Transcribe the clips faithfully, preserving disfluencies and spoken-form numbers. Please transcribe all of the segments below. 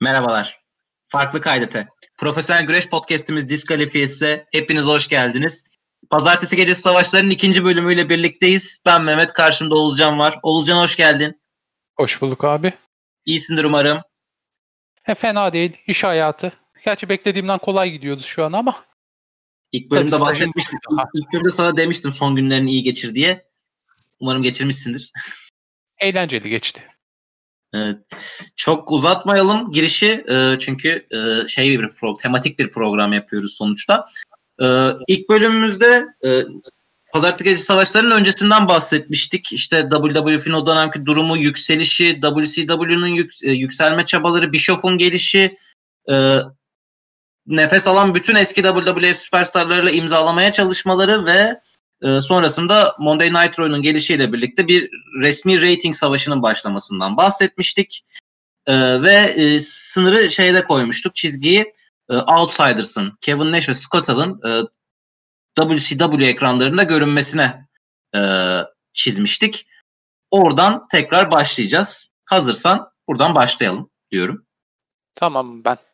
Merhabalar. Farklı Kaydete. Profesyonel Güreş Podcast'imiz Diskalifiyesi'ne hepiniz hoş geldiniz. Pazartesi Gecesi Savaşları'nın ikinci bölümüyle birlikteyiz. Ben Mehmet, karşımda Oğulcan var. Oğulcan hoş geldin. Hoş bulduk abi. İyisindir umarım. He, fena değil. İş hayatı. Gerçi beklediğimden kolay gidiyordu şu an ama. İlk bölümde bahsetmiştim. İlk, ilk bölümde sana demiştim son günlerini iyi geçir diye. Umarım geçirmişsindir. Eğlenceli geçti. Evet. Çok uzatmayalım girişi e, çünkü e, şey bir pro, tematik bir program yapıyoruz sonuçta. E, ilk bölümümüzde e, Pazartesi Gecesi Savaşları'nın öncesinden bahsetmiştik. İşte W W F'nin o dönemki durumu, yükselişi, W C W'nun yük, e, yükselme çabaları, Bischoff'un gelişi, e, nefes alan bütün eski W W F süperstarlarıyla imzalamaya çalışmaları ve e, sonrasında Monday Night Raw'nun gelişiyle birlikte bir resmi rating savaşının başlamasından bahsetmiştik. E, ve e, sınırı şeyde koymuştuk, çizgiyi e, Outsiders'ın, Kevin Nash ve Scott Hall'ın e, W C W ekranlarında görünmesine e, çizmiştik. Oradan tekrar başlayacağız. Hazırsan buradan başlayalım diyorum. Tamam ben.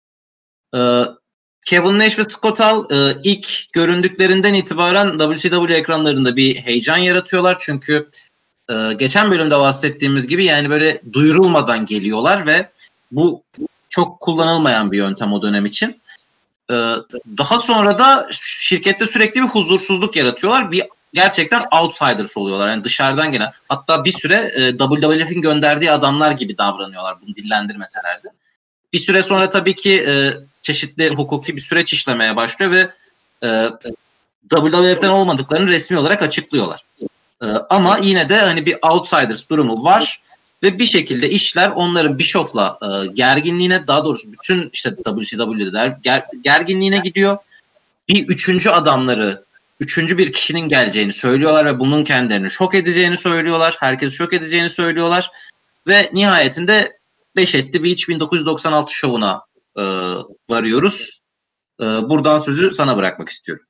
Ee, Kevin Nash ve Scott Hall e, ilk göründüklerinden itibaren W C W ekranlarında bir heyecan yaratıyorlar. Çünkü e, geçen bölümde bahsettiğimiz gibi yani böyle duyurulmadan geliyorlar ve bu çok kullanılmayan bir yöntem o dönem için. Ee, daha sonra da şirkette sürekli bir huzursuzluk yaratıyorlar. Bir gerçekten outsiders oluyorlar. Yani dışarıdan gelen. Hatta bir süre e, W W F'in gönderdiği adamlar gibi davranıyorlar bunu dillendirmeseler de. Bir süre sonra tabii ki e, çeşitli hukuki bir süreç işlemeye başlıyor ve e, W W F'den olmadıklarını resmi olarak açıklıyorlar. E, ama yine de hani bir outsiders durumu var. Ve bir şekilde işler onların Bischoff'la e, gerginliğine, daha doğrusu bütün işte W C W'de ger, gerginliğine gidiyor. Bir üçüncü adamları, üçüncü bir kişinin geleceğini söylüyorlar ve bunun kendilerini şok edeceğini söylüyorlar. Herkes şok edeceğini söylüyorlar. Ve nihayetinde Beş Etti Beach bin dokuz yüz doksan altı şovuna e, varıyoruz. E, buradan sözü sana bırakmak istiyorum.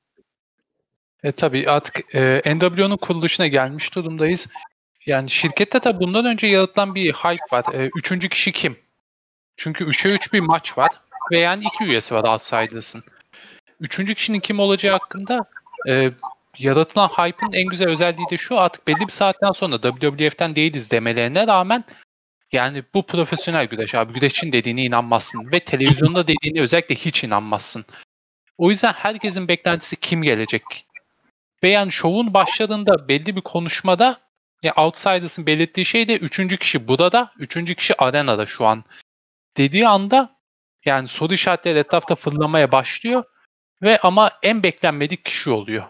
E, tabii artık e, N W O'nun kuruluşuna gelmiş durumdayız. Yani şirkette de bundan önce yaratılan bir hype var. E, üçüncü kişi kim? Çünkü üçe üç bir maç var ve yani iki üyesi var Outsiders'ın. Üçüncü kişinin kim olacağı hakkında e, yaratılan hype'ın en güzel özelliği de şu: artık belli bir saatten sonra W W F'ten değiliz demelerine rağmen yani bu profesyonel güreş abi. Güreşçinin dediğine inanmazsın ve televizyonda dediğine özellikle hiç inanmazsın. O yüzden herkesin beklentisi kim gelecek? Ve yani şovun başlarında belli bir konuşmada ya Outsiders'ın belirttiği şey de üçüncü kişi burada, üçüncü kişi arenada şu an dediği anda yani soru işaretleri etrafta fırlamaya başlıyor ve ama en beklenmedik kişi oluyor.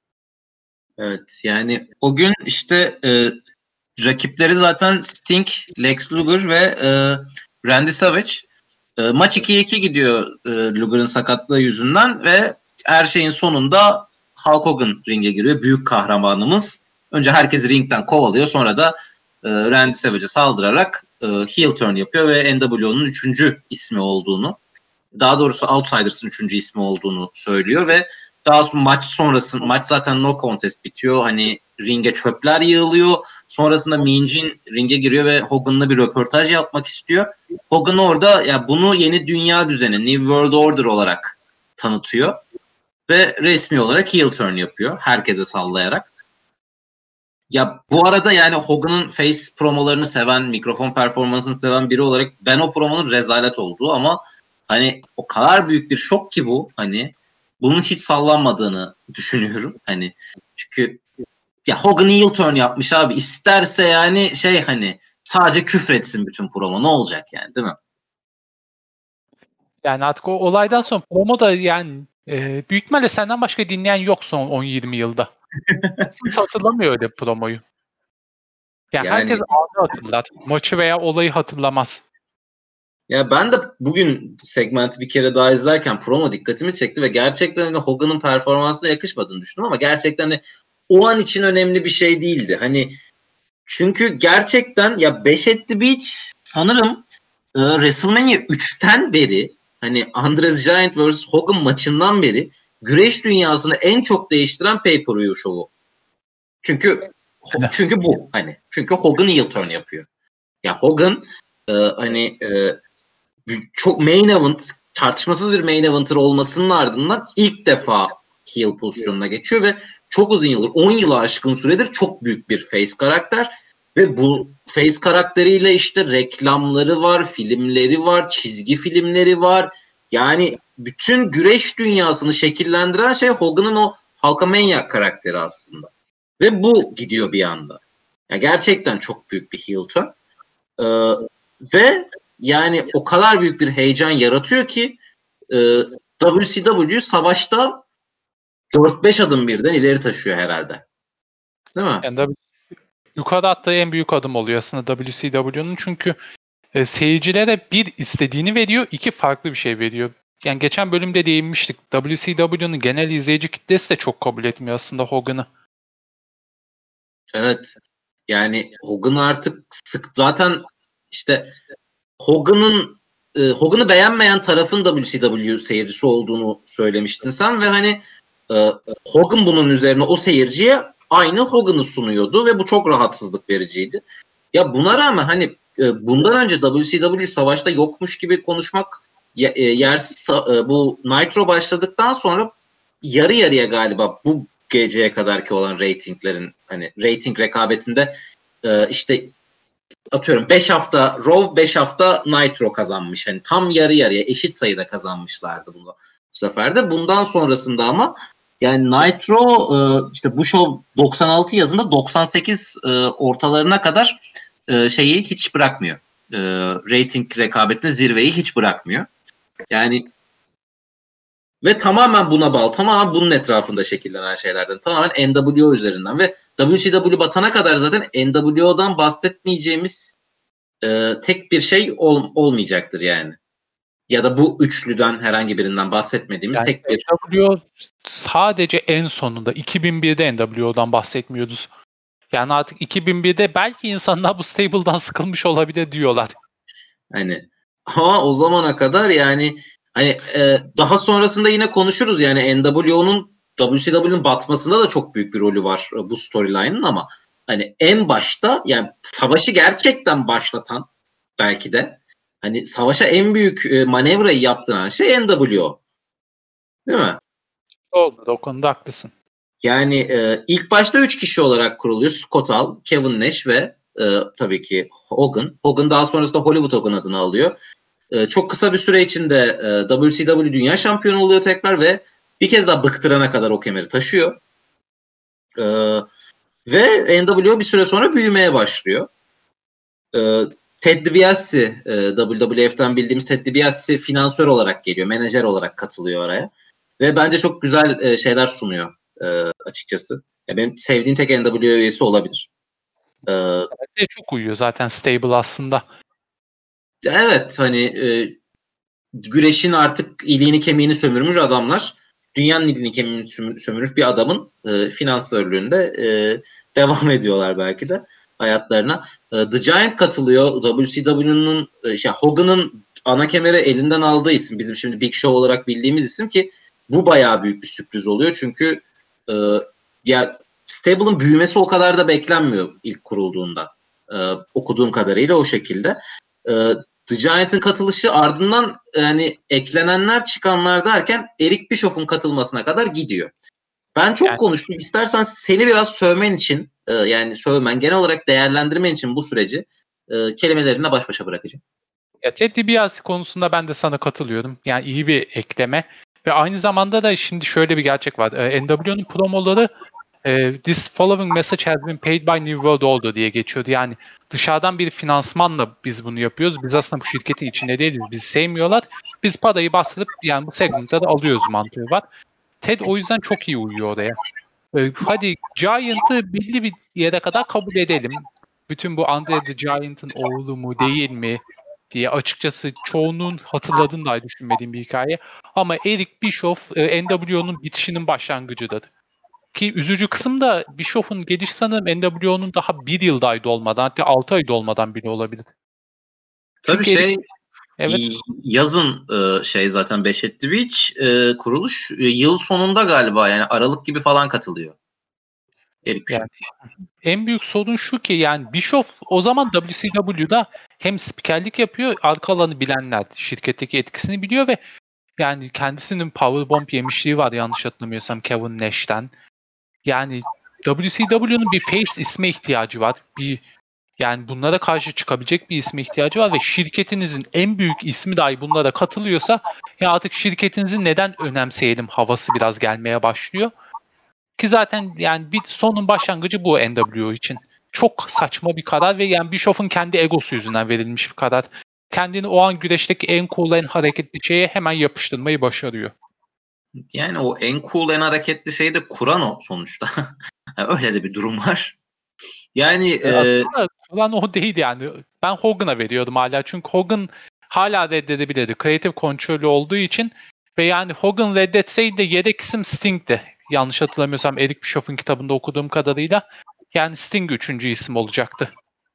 Evet, yani o gün işte e, rakipleri zaten Sting, Lex Luger ve e, Randy Savage. E, maç ikiye iki gidiyor e, Luger'ın sakatlığı yüzünden ve her şeyin sonunda Hulk Hogan ringe giriyor. Büyük kahramanımız. Önce herkesi ringden kovalıyor. Sonra da e, Randy Savage'e saldırarak e, heel turn yapıyor ve N W O'nun üçüncü ismi olduğunu, daha doğrusu Outsiders'ın üçüncü ismi olduğunu söylüyor ve daha sonra maç sonrası, maç zaten no contest bitiyor. Hani ringe çöpler yığılıyor. Sonrasında Mean Gene ringe giriyor ve Hogan'la bir röportaj yapmak istiyor. Hogan orada ya bunu yeni dünya düzeni, New World Order olarak tanıtıyor. Ve resmi olarak heel turn yapıyor. Herkese sallayarak. Ya bu arada yani Hogan'ın face promolarını seven, mikrofon performansını seven biri olarak ben o promonun rezalet olduğu ama hani o kadar büyük bir şok ki bu, hani bunun hiç sallanmadığını düşünüyorum. Hani çünkü ya Hogan heel turn yapmış abi. İsterse yani şey hani sadece küfretsin bütün promo. Ne olacak yani, değil mi? Yani artık o olaydan sonra promo da yani e, büyük ihtimalle senden başka dinleyen yok son on yirmi yılda. Hiç hatırlamıyor öyle promoyu. Yani, yani herkes anı hatırlar. Maçı veya olayı hatırlamaz. Ya ben de bugün segmenti bir kere daha izlerken promo dikkatimi çekti ve gerçekten hani Hogan'ın performansına yakışmadığını düşündüm ama gerçekten hani o an için önemli bir şey değildi. Hani çünkü gerçekten ya Bash at the Beach sanırım e, WrestleMania üçten beri hani Andre's Giant versus. Hogan maçından beri güreş dünyasını en çok değiştiren pay-per-view şovu. Çünkü çünkü bu hani çünkü Hogan heel turn yapıyor. Ya Hogan e, hani e, çok main event, tartışmasız bir main eventer olmasının ardından ilk defa heel pozisyonuna geçiyor ve çok uzun yıldır, on yılı aşkın süredir çok büyük bir face karakter ve bu face karakteriyle işte reklamları var, filmleri var, çizgi filmleri var. Yani bütün güreş dünyasını şekillendiren şey Hogan'ın o Hulkamania karakteri aslında. Ve bu gidiyor bir anda. Yani gerçekten çok büyük bir heel turn. Ee, ve yani o kadar büyük bir heyecan yaratıyor ki e, W C W savaşta dört beş adım birden ileri taşıyor herhalde. Değil mi? Yani W- yukarı attığı en büyük adım oluyor aslında W C W'nun, çünkü e, seyircilere bir istediğini veriyor, iki farklı bir şey veriyor. Yani geçen bölümde değinmiştik. W C W'nun genel izleyici kitlesi de çok kabul etmiyor aslında Hogan'ı. Evet. Yani Hogan artık sık zaten işte Hogan'ın e, Hogan'ı beğenmeyen tarafın W C W seyircisi olduğunu söylemiştin sen ve hani e, Hogan bunun üzerine o seyirciye aynı Hogan'ı sunuyordu ve bu çok rahatsızlık vericiydi. Ya buna rağmen hani e, bundan önce W C W savaşta yokmuş gibi konuşmak ye, e, yersiz. E, bu Nitro başladıktan sonra yarı yarıya galiba bu geceye kadarki olan reytinglerin hani reyting rekabetinde e, işte atıyorum beş hafta Raw, beş hafta Nitro kazanmış. Hani tam yarı yarıya eşit sayıda kazanmışlardı bunu bu sefer de. Bundan sonrasında ama yani Nitro e, işte bu show doksan altı yazında doksan sekiz e, ortalarına kadar e, şeyi hiç bırakmıyor. E, rating rekabetinde zirveyi hiç bırakmıyor. Yani ve tamamen buna bağlı, tamamen bunun etrafında şekillenen şeylerden, tamamen N W O üzerinden ve W C W batana kadar zaten N W O'dan bahsetmeyeceğimiz e, tek bir şey ol, olmayacaktır yani. Ya da bu üçlüden herhangi birinden bahsetmediğimiz Yani tek bir... N W O sadece en sonunda iki bin birde N W O'dan bahsetmiyoruz. Yani artık iki bin birde belki insanlar bu stable'dan sıkılmış olabilir diyorlar. Hani ama o zamana kadar yani hani e, daha sonrasında yine konuşuruz yani N W O'nun W C W'nin batmasında da çok büyük bir rolü var e, bu storyline'ın ama hani en başta yani savaşı gerçekten başlatan belki de hani savaşa en büyük e, manevrayı yaptıran şey N W O. Değil mi? Oldu, o konuda haklısın. Yani e, ilk başta üç kişi olarak kuruluyor. Scott Hall, Kevin Nash ve e, tabii ki Hogan. Hogan daha sonrasında Hollywood Hogan adını alıyor. E, çok kısa bir süre içinde e, W C W Dünya Şampiyonu oluyor tekrar ve bir kez daha bıktırana kadar o kemeri taşıyor. E, ve N W O bir süre sonra büyümeye başlıyor. E, Ted DiBiase, e, W W F'ten bildiğimiz Ted DiBiase finansör olarak geliyor, menajer olarak katılıyor oraya. Ve bence çok güzel e, şeyler sunuyor e, açıkçası. Ya benim sevdiğim tek N W O üyesi olabilir. E, Evet, çok uyuyor zaten stable aslında. evet hani e, güreşin artık iliğini kemiğini sömürmüş adamlar, dünyanın iliğini kemiğini sömürmüş bir adamın e, finansörlüğünde e, devam ediyorlar belki de hayatlarına. E, The Giant katılıyor. W C W'nun e, şey, Hogan'ın ana kemeri elinden aldığı isim. Bizim şimdi Big Show olarak bildiğimiz isim ki bu bayağı büyük bir sürpriz oluyor. Çünkü e, ya stable'ın büyümesi o kadar da beklenmiyor ilk kurulduğunda. E, okuduğum kadarıyla o şekilde. E, The Giant'ın katılışı ardından yani eklenenler çıkanlar derken Eric Bischoff'un katılmasına kadar gidiyor. Ben çok Yani, konuştum. İstersen seni biraz sövmen için e, yani sövmen, genel olarak değerlendirmen için bu süreci e, kelimelerine baş başa bırakacağım. ya Ted DiBiase konusunda ben de sana katılıyorum. Yani iyi bir ekleme. Ve aynı zamanda da şimdi şöyle bir gerçek var. Ee, N W O'nun promoları e, "This following message has been paid by New World Order" diye geçiyordu. Yani dışarıdan bir finansmanla biz bunu yapıyoruz. Biz aslında bu şirketin içinde değiliz. Bizi sevmiyorlar. Biz parayı bastırıp yani bu segmentleri alıyoruz mantığı var. Ted o yüzden çok iyi uyuyor oraya. Ee, hadi Giant'ı belli bir yere kadar kabul edelim. Bütün bu Andre the Giant'ın oğlu mu değil mi diye açıkçası çoğunun hatırladığını dahi düşünmediğim bir hikaye. Ama Eric Bischoff e, N W O'nun bitişinin başlangıcıdır. Ki üzücü kısım da Bischoff'un geliş sanırım N W O'nun daha bir yıl dahi dolmadan, hatta altı ay dolmadan bile olabilir. Tabii Çünkü Eric, şey evet. yazın e, şey zaten Bash at the Beach e, kuruluş e, yıl sonunda galiba yani Aralık gibi falan katılıyor. Eric Bischoff. Yani en büyük sorun şu ki yani Bischoff o zaman W C W'da hem spikerlik yapıyor, arka alanı bilenler şirketteki etkisini biliyor ve yani kendisinin powerbomb yemişliği var yanlış hatırlamıyorsam Kevin Nash'ten. Yani W C W'nun bir face isme ihtiyacı var. Bir yani bunlara karşı çıkabilecek bir isme ihtiyacı var ve şirketinizin en büyük ismi dahi bunlara katılıyorsa ya artık şirketinizi neden önemseyelim havası biraz gelmeye başlıyor. Ki zaten yani bir sonun başlangıcı bu N W O için. Çok saçma bir karar ve yani Bischoff'un kendi egosu yüzünden verilmiş bir karar. Kendini o an güreşteki en cool, en hareketli şeye hemen yapıştırmayı başarıyor. Yani o en cool, en hareketli şeyi de kuran o sonuçta. Öyle de bir durum var. Yani e, kuran o değil yani. Ben Hogan'a veriyordum hala. Çünkü Hogan hala reddedebilirdi. Creative kontrolü olduğu için ve yani Hogan reddetseydi de yedek isim Sting'ti. Yanlış hatırlamıyorsam Eric Bischoff'un kitabında okuduğum kadarıyla yani Sting üçüncü isim olacaktı.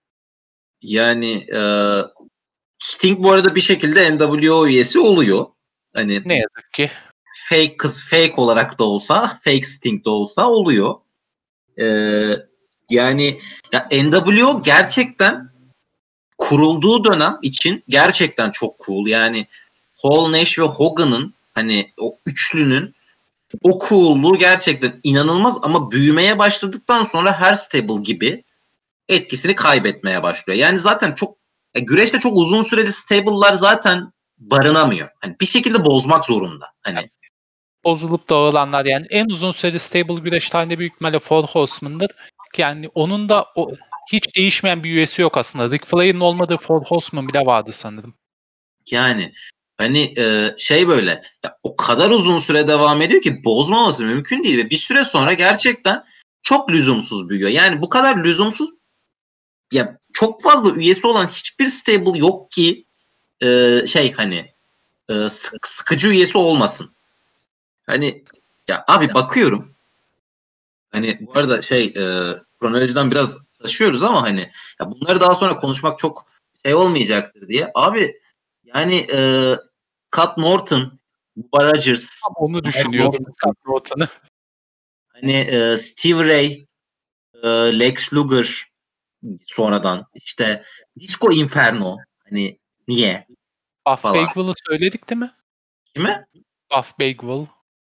Yani e, Sting bu arada bir şekilde N W O üyesi oluyor. Hani ne yazık ki. Fake kız fake olarak da olsa, fake Sting de olsa oluyor. Ee, yani ya N W O gerçekten kurulduğu dönem için gerçekten çok cool. Yani Hall, Nash ve Hogan'ın hani o üçlünün o coolluğu gerçekten inanılmaz ama büyümeye başladıktan sonra her stable gibi etkisini kaybetmeye başlıyor. Yani zaten çok ya güreşte çok uzun süreli stable'lar zaten barınamıyor. Hani bir şekilde bozmak zorunda. Hani bozulup dağılanlar yani en uzun süreli stable güreş tarihinde büyük ihtimalle Four Horsemen'dır. Yani onun da o, hiç değişmeyen bir üyesi yok aslında. Ric Flair'in olmadığı Four Horsemen bile vardı sanırım. Yani hani e, şey böyle ya, o kadar uzun süre devam ediyor ki bozmaması mümkün değil ve bir süre sonra gerçekten çok lüzumsuz büyüyor. Yani bu kadar lüzumsuz ya çok fazla üyesi olan hiçbir stable yok ki e, şey hani e, sık, sıkıcı üyesi olmasın. Hani ya abi bakıyorum hani bu arada şey e, kronolojiden biraz taşıyoruz ama hani ya bunları daha sonra konuşmak çok şey olmayacaktır diye. Abi yani e, Scott Norton, Bubba Rogers, onu düşünüyordum Scott Norton'ı. Hani e, Steve Ray, e, Lex Luger sonradan işte Disco Inferno hani niye Buff falan. Bagwell'ı söyledik değil mi? Kimi? Buff Bagwell.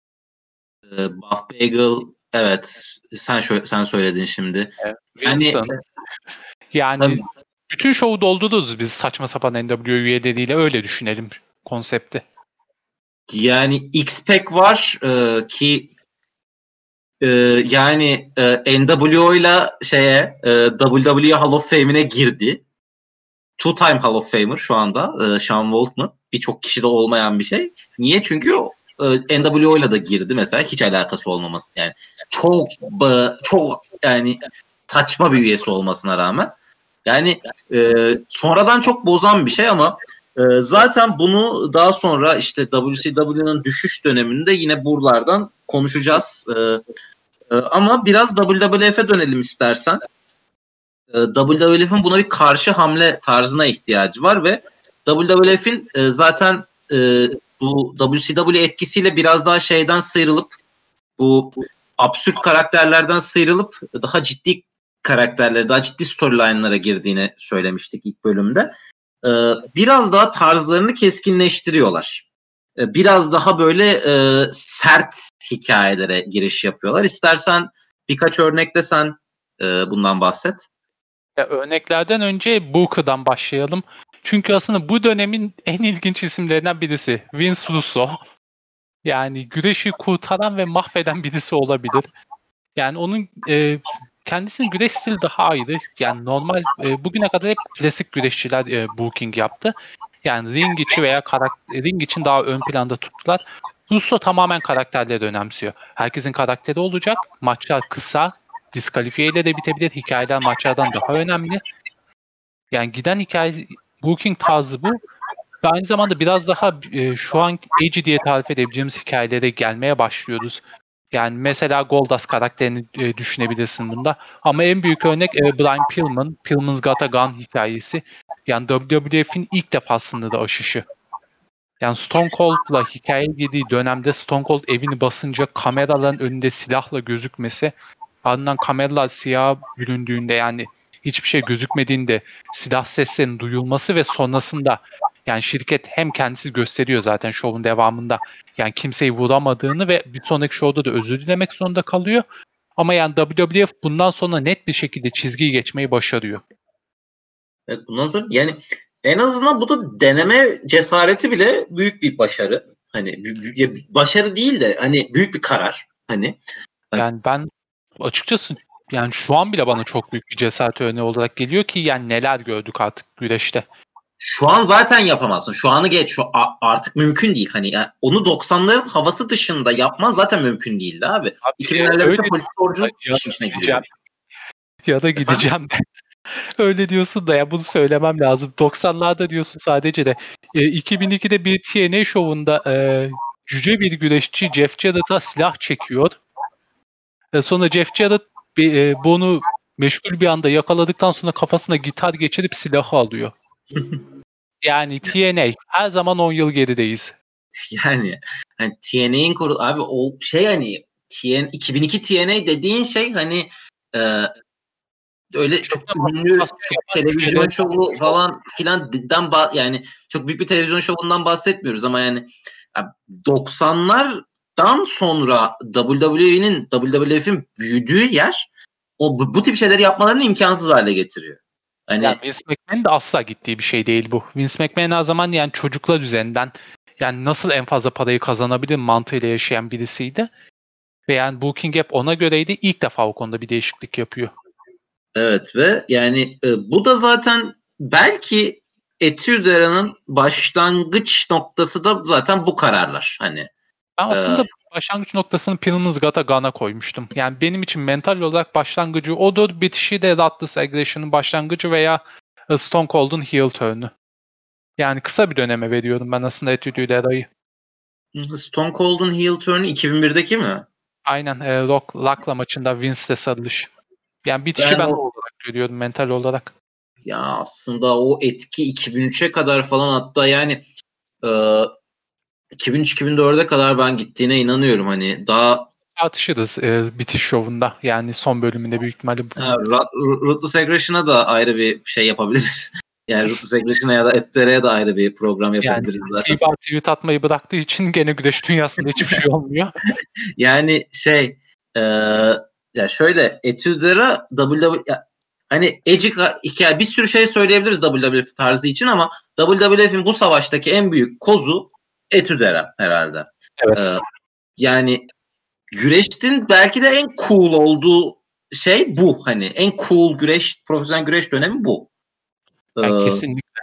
E, Buff Bagwell evet sen şö- sen söyledin şimdi. Evet, yani Wilson. Yani tabii. Bütün şovu doldururuz biz saçma sapan N W O üyeleriyle öyle düşünelim konsepti. Yani X-Pac var e, ki e, yani e, N W O ile şeye e, W W E Hall of Fame'ine girdi. Two time Hall of Famer şu anda e, Sean Waltman. Birçok kişide olmayan bir şey. Niye? Çünkü e, N W O ile de girdi mesela. Hiç alakası olmaması. Yani çok e, çok yani saçma bir üyesi olmasına rağmen. Yani e, sonradan çok bozan bir şey ama e, zaten bunu daha sonra işte W C W'nin düşüş döneminde yine buralardan konuşacağız. E, e, ama biraz W W F'e dönelim istersen. W W F'in buna bir karşı hamle tarzına ihtiyacı var ve W W F'in e, zaten e, bu W C W etkisiyle biraz daha şeyden sıyrılıp bu absürt karakterlerden sıyrılıp daha ciddi karakterlere, daha ciddi storyline'lara girdiğini söylemiştik ilk bölümde. E, biraz daha tarzlarını keskinleştiriyorlar. E, biraz daha böyle e, sert hikayelere giriş yapıyorlar. İstersen birkaç örnekle sen e, bundan bahset. Ya örneklerden önce Booker'dan başlayalım. Çünkü aslında bu dönemin en ilginç isimlerinden birisi. Vince Russo. Yani güreşi kurtaran ve mahveden birisi olabilir. Yani onun e, kendisinin güreş stili daha ayrı. Yani normal e, bugüne kadar hep klasik güreşçiler e, booking yaptı. Yani ring içi veya karakter, ring için daha ön planda tuttular. Russo tamamen karakterleri önemsiyor. Herkesin karakteri olacak. Maçlar kısa, diskalifiyeyle de bitebilir. Hikayeler maçlardan daha önemli. Yani giden hikaye booking tarzı bu. Ve aynı zamanda biraz daha e, şu an edgy diye tarif edebileceğimiz hikayelere gelmeye başlıyoruz. Yani mesela Goldust karakterini e, düşünebilirsin bunda. Ama en büyük örnek e, Brian Pillman, Pillman's Got a Gun hikayesi. Yani W W F'in ilk defasında da aşışı. Yani Stone Cold'la hikayeye girdiği dönemde Stone Cold evini basınca kameraların önünde silahla gözükmesi ardından kameralar siyah büründüğünde yani hiçbir şey gözükmediğinde silah seslerinin duyulması ve sonrasında yani şirket hem kendisi gösteriyor zaten şovun devamında yani kimseyi vuramadığını ve bir sonraki şovda da özür dilemek zorunda kalıyor. Ama yani W W F bundan sonra net bir şekilde çizgiyi geçmeyi başarıyor. Evet, bundan sonra yani en azından bu da deneme cesareti bile büyük bir başarı. Hani başarı değil de hani büyük bir karar. Hani yani ben açıkçası yani şu an bile bana çok büyük bir cesaret örneği olarak geliyor ki yani neler gördük artık güreşte. Şu an zaten yapamazsın. Şu anı geç. Şu artık mümkün değil. Hani yani onu doksanların havası dışında yapman zaten mümkün değildi abi. abi iki binlerde politik sporcu işin içine giriyor. Ya da gideceğim. Öyle diyorsun da ya bunu söylemem lazım. doksanlarda diyorsun sadece de. E, iki bin ikide bir T N A şovunda e, cüce bir güreşçi Jeff Jarrett'a silah çekiyor. E, sonra Jeff Jarrett e, bunu meşgul bir anda yakaladıktan sonra kafasına gitar geçirip silahı alıyor. Yani T N A her zaman on yıl gerideyiz. Yani hani T N A'nin koru abi o şey hani T N iki bin iki T N A dediğin şey hani e, öyle çok, çok ünlü çok televizyon şovu falan filan yani çok büyük bir televizyon şovundan bahsetmiyoruz ama yani doksanlardan sonra W W E'nin W W F'in büyüdüğü yer o bu, bu tip şeyleri yapmalarını imkansız hale getiriyor. Hani yani Vince McMahon'ın da asla gittiği bir şey değil bu. Vince McMahon her zaman yani çocuklar üzerinden yani nasıl en fazla parayı kazanabilir mantığıyla yaşayan birisiydi. Ve yani Booking hep ona göreydi. İlk defa o konuda bir değişiklik yapıyor. Evet ve yani e, bu da zaten belki Etudera'nın başlangıç noktası da zaten bu kararlar. Hani ben aslında e, başlangıç noktasını Penance Gata Gun'a koymuştum. Yani benim için mental olarak başlangıcı odur. Bitişi de Ruthless Aggression'ın başlangıcı veya Stone Cold'un heel turn'ü. Yani kısa bir döneme veriyorum ben aslında Etudera'yı. Stone Cold'un heel turn'ü iki bin birdeki mi? Aynen. E, Rock, Rock'la maçında Vince'le sarılış. Yani bitişi ben, ben o olarak görüyorum mental olarak. Ya aslında o etki iki bin üçe kadar falan hatta yani e, iki bin üç iki bin dörde kadar ben gittiğine inanıyorum. Hani daha tartışırız e, bitiş şovunda. Yani son bölümünde büyük ihtimalle. Ruthless Aggression'a da ayrı bir şey yapabiliriz. Yani Ruthless Aggression'a ya da Etter'e de ayrı bir program yapabiliriz yani, zaten. Yani tweet atmayı bıraktığı için gene güreş dünyasında hiçbir şey olmuyor. Yani şey e, ya şöyle Etudera W W E hani Edge hikaye bir sürü şey söyleyebiliriz W W F tarzı için ama W W F'in bu savaştaki en büyük kozu Etudera herhalde. Evet. E, yani güreştin belki de en cool olduğu şey bu. Hani en cool güreş, profesyonel güreş dönemi bu. Yani Ee, kesinlikle.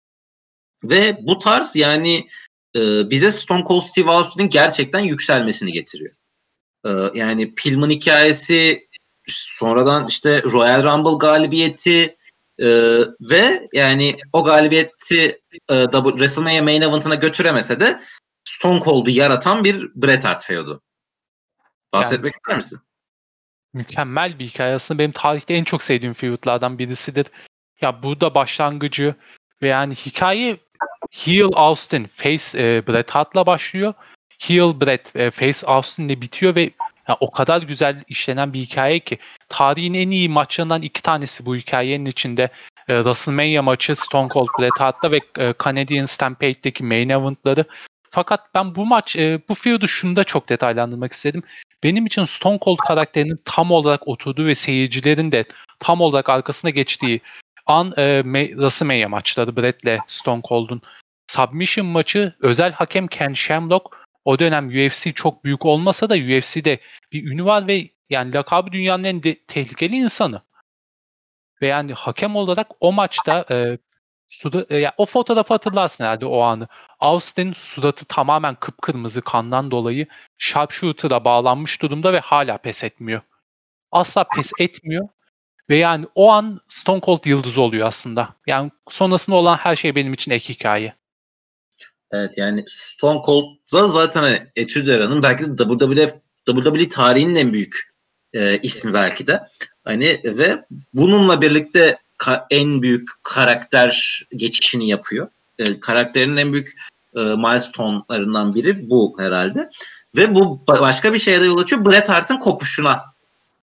Ve bu tarz yani e, bize Stone Cold Steve Austin'in gerçekten yükselmesini getiriyor. Ee, yani Pillman hikayesi, sonradan işte Royal Rumble galibiyeti e, ve yani o galibiyeti e, WrestleMania Main Event'ına götüremese de Stone Cold'u yaratan bir Bret Hart feudu. Bahsetmek yani, ister misin? Mükemmel bir hikaye. Aslında benim tarihte en çok sevdiğim feudlardan birisidir. Ya burada başlangıcı ve yani hikaye heel Austin, face e, Bret Hart'la başlıyor. Heel Bret, e, face Austin'le bitiyor ve ya, o kadar güzel işlenen bir hikaye ki tarihin en iyi maçlarından iki tanesi bu hikayenin içinde. E, WrestleMania maçı Stone Cold Bret Hart'la ve e, Canadian Stampade'deki main event'ları. Fakat ben bu maç, e, bu feud'u şunu da çok detaylandırmak istedim. Benim için Stone Cold karakterinin tam olarak oturduğu ve seyircilerin de tam olarak arkasına geçtiği an e, WrestleMania maçları Bret'le Stone Cold'un. Submission maçı özel hakem Ken Shamrock o dönem U F C çok büyük olmasa da U F C'de bir ünü var ve yani lakabı dünyanın en de, tehlikeli insanı. Ve yani hakem olarak o maçta e, suda, e, yani o fotoğrafı hatırlarsın herhalde o anı. Austin suratı tamamen kıpkırmızı kandan dolayı sharpshooter'a bağlanmış durumda ve hala pes etmiyor. Asla pes etmiyor. Ve yani o an Stone Cold yıldızı oluyor aslında. Yani sonrasında olan her şey benim için ek hikaye. Evet yani Stone Cold'da zaten hani Etudera'nın belki de W W F W W E tarihinin en büyük e, ismi belki de. Hani ve bununla birlikte ka- en büyük karakter geçişini yapıyor. E, karakterinin en büyük e, milestone'larından biri bu herhalde. Ve bu başka bir şeye de yol açıyor. Bret Hart'ın kopuşuna.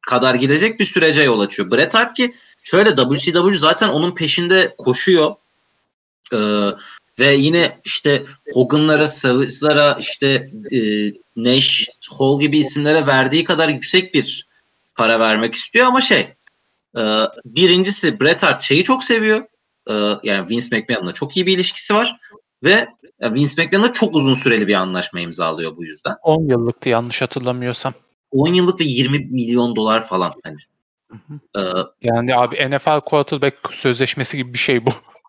kadar gidecek bir sürece yol açıyor. Bret Hart ki şöyle W C W zaten onun peşinde koşuyor. Ee, ve yine işte Hogan'lara, Savage'lara, işte e, Nash, Hall gibi isimlere verdiği kadar yüksek bir para vermek istiyor ama şey e, birincisi Bret Hart şeyi çok seviyor. E, yani Vince McMahon'la çok iyi bir ilişkisi var ve Vince McMahon'la çok uzun süreli bir anlaşma imzalıyor bu yüzden. on yıllıktı yanlış hatırlamıyorsam. on yıllık ve yirmi milyon dolar falan hani. Hı hı. Ee, yani abi N F L quarterback sözleşmesi gibi bir şey bu.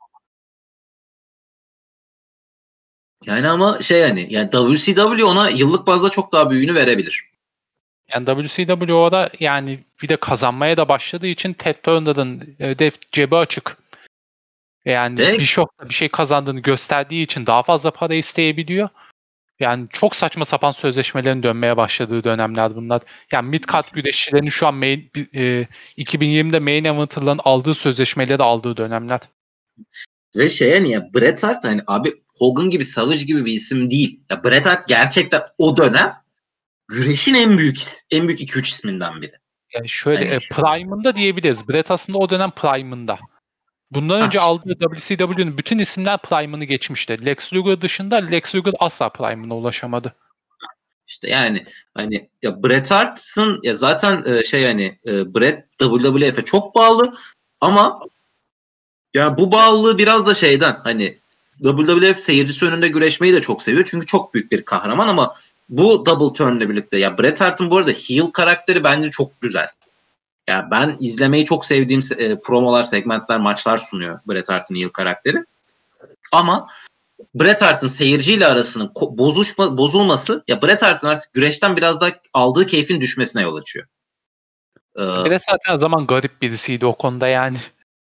Yani ama şey hani yani W C W ona yıllık bazda çok daha büyüğünü verebilir. Yani W C W orada yani bir de kazanmaya da başladığı için Ted Turner'ın de cebi açık. Yani Ve Bischoff bir şey kazandığını gösterdiği için daha fazla para isteyebiliyor. Yani çok saçma sapan sözleşmelerin dönmeye başladığı dönemler bunlar. Yani mid-card güreşçilerin şu an main, e, iki bin yirmide main event'ların aldığı sözleşmeleri aldığı dönemler. Ve şey hani ya Bret Hart hani abi Hogan gibi Savage gibi bir isim değil. Ya Bret Hart gerçekten o dönem güreşin en büyük en büyük iki üç isminden biri. Yani şöyle hani, e, prime'ında diyebiliriz. Bret aslında o dönem prime'ında. Bundan önce işte. aldığı W C W'nin bütün isimler prime'ını geçmişti. Lex Luger dışında Lex Luger asla prime'ına ulaşamadı. İşte yani hani ya Bret Hart'ın ya zaten e, şey hani e, Bret W W F'e çok bağlı ama ya bu bağlılığı biraz da şeyden hani W W F seyircisi önünde güreşmeyi de çok seviyor çünkü çok büyük bir kahraman ama bu double turn'le birlikte ya Bret Hart'ın bu arada heel karakteri bence çok güzel. Ya ben izlemeyi çok sevdiğim e, promolar, segmentler, maçlar sunuyor Bret Hart'ın heel karakteri. Ama Bret Hart'ın seyirciyle arasının bozuşma, bozulması ya Bret Hart'ın artık güreşten biraz da aldığı keyfin düşmesine yol açıyor. Ee, Bret zaten o zaman garip birisiydi o konuda yani.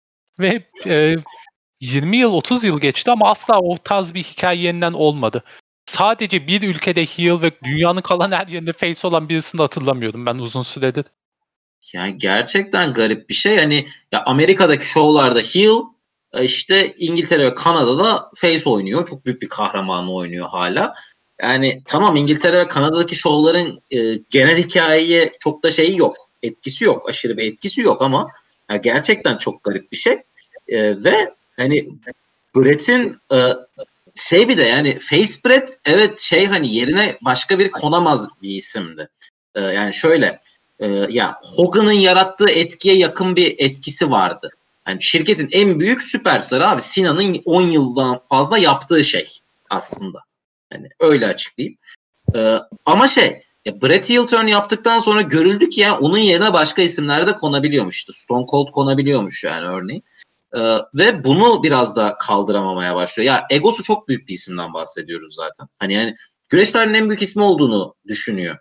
Ve e, yirmi yıl otuz yıl geçti ama asla o tarz bir hikaye yeniden olmadı. Sadece bir ülkede heel ve dünyanın kalan her yerinde face olan birisini hatırlamıyordum ben uzun süredir. Yani gerçekten garip bir şey. Hani ya Amerika'daki şovlarda heel, işte İngiltere ve Kanada'da face oynuyor. Çok büyük bir kahramanı oynuyor hala. Yani tamam İngiltere ve Kanada'daki şovların e, genel hikayeye çok da şeyi yok. Etkisi yok. Aşırı bir etkisi yok ama ya gerçekten çok garip bir şey. E, ve hani Bret'in e, şey bir de yani Face Bret evet şey hani yerine başka bir konamaz bir isimdi. E, yani şöyle e, ya Hogan'ın yarattığı etkiye yakın bir etkisi vardı. Yani şirketin en büyük süperstarı abi Sina'nın on yıldan fazla yaptığı şey aslında. Yani öyle açıklayayım. E, ama şey ya Bret heel turn yaptıktan sonra görüldü ki ya onun yerine başka isimler de konabiliyormuştu. Stone Cold konabiliyormuş yani örneğin. Ee, ve bunu biraz da kaldıramamaya başlıyor. Ya egosu çok büyük bir isimden bahsediyoruz zaten. Hani yani güreş tarihinin en büyük ismi olduğunu düşünüyor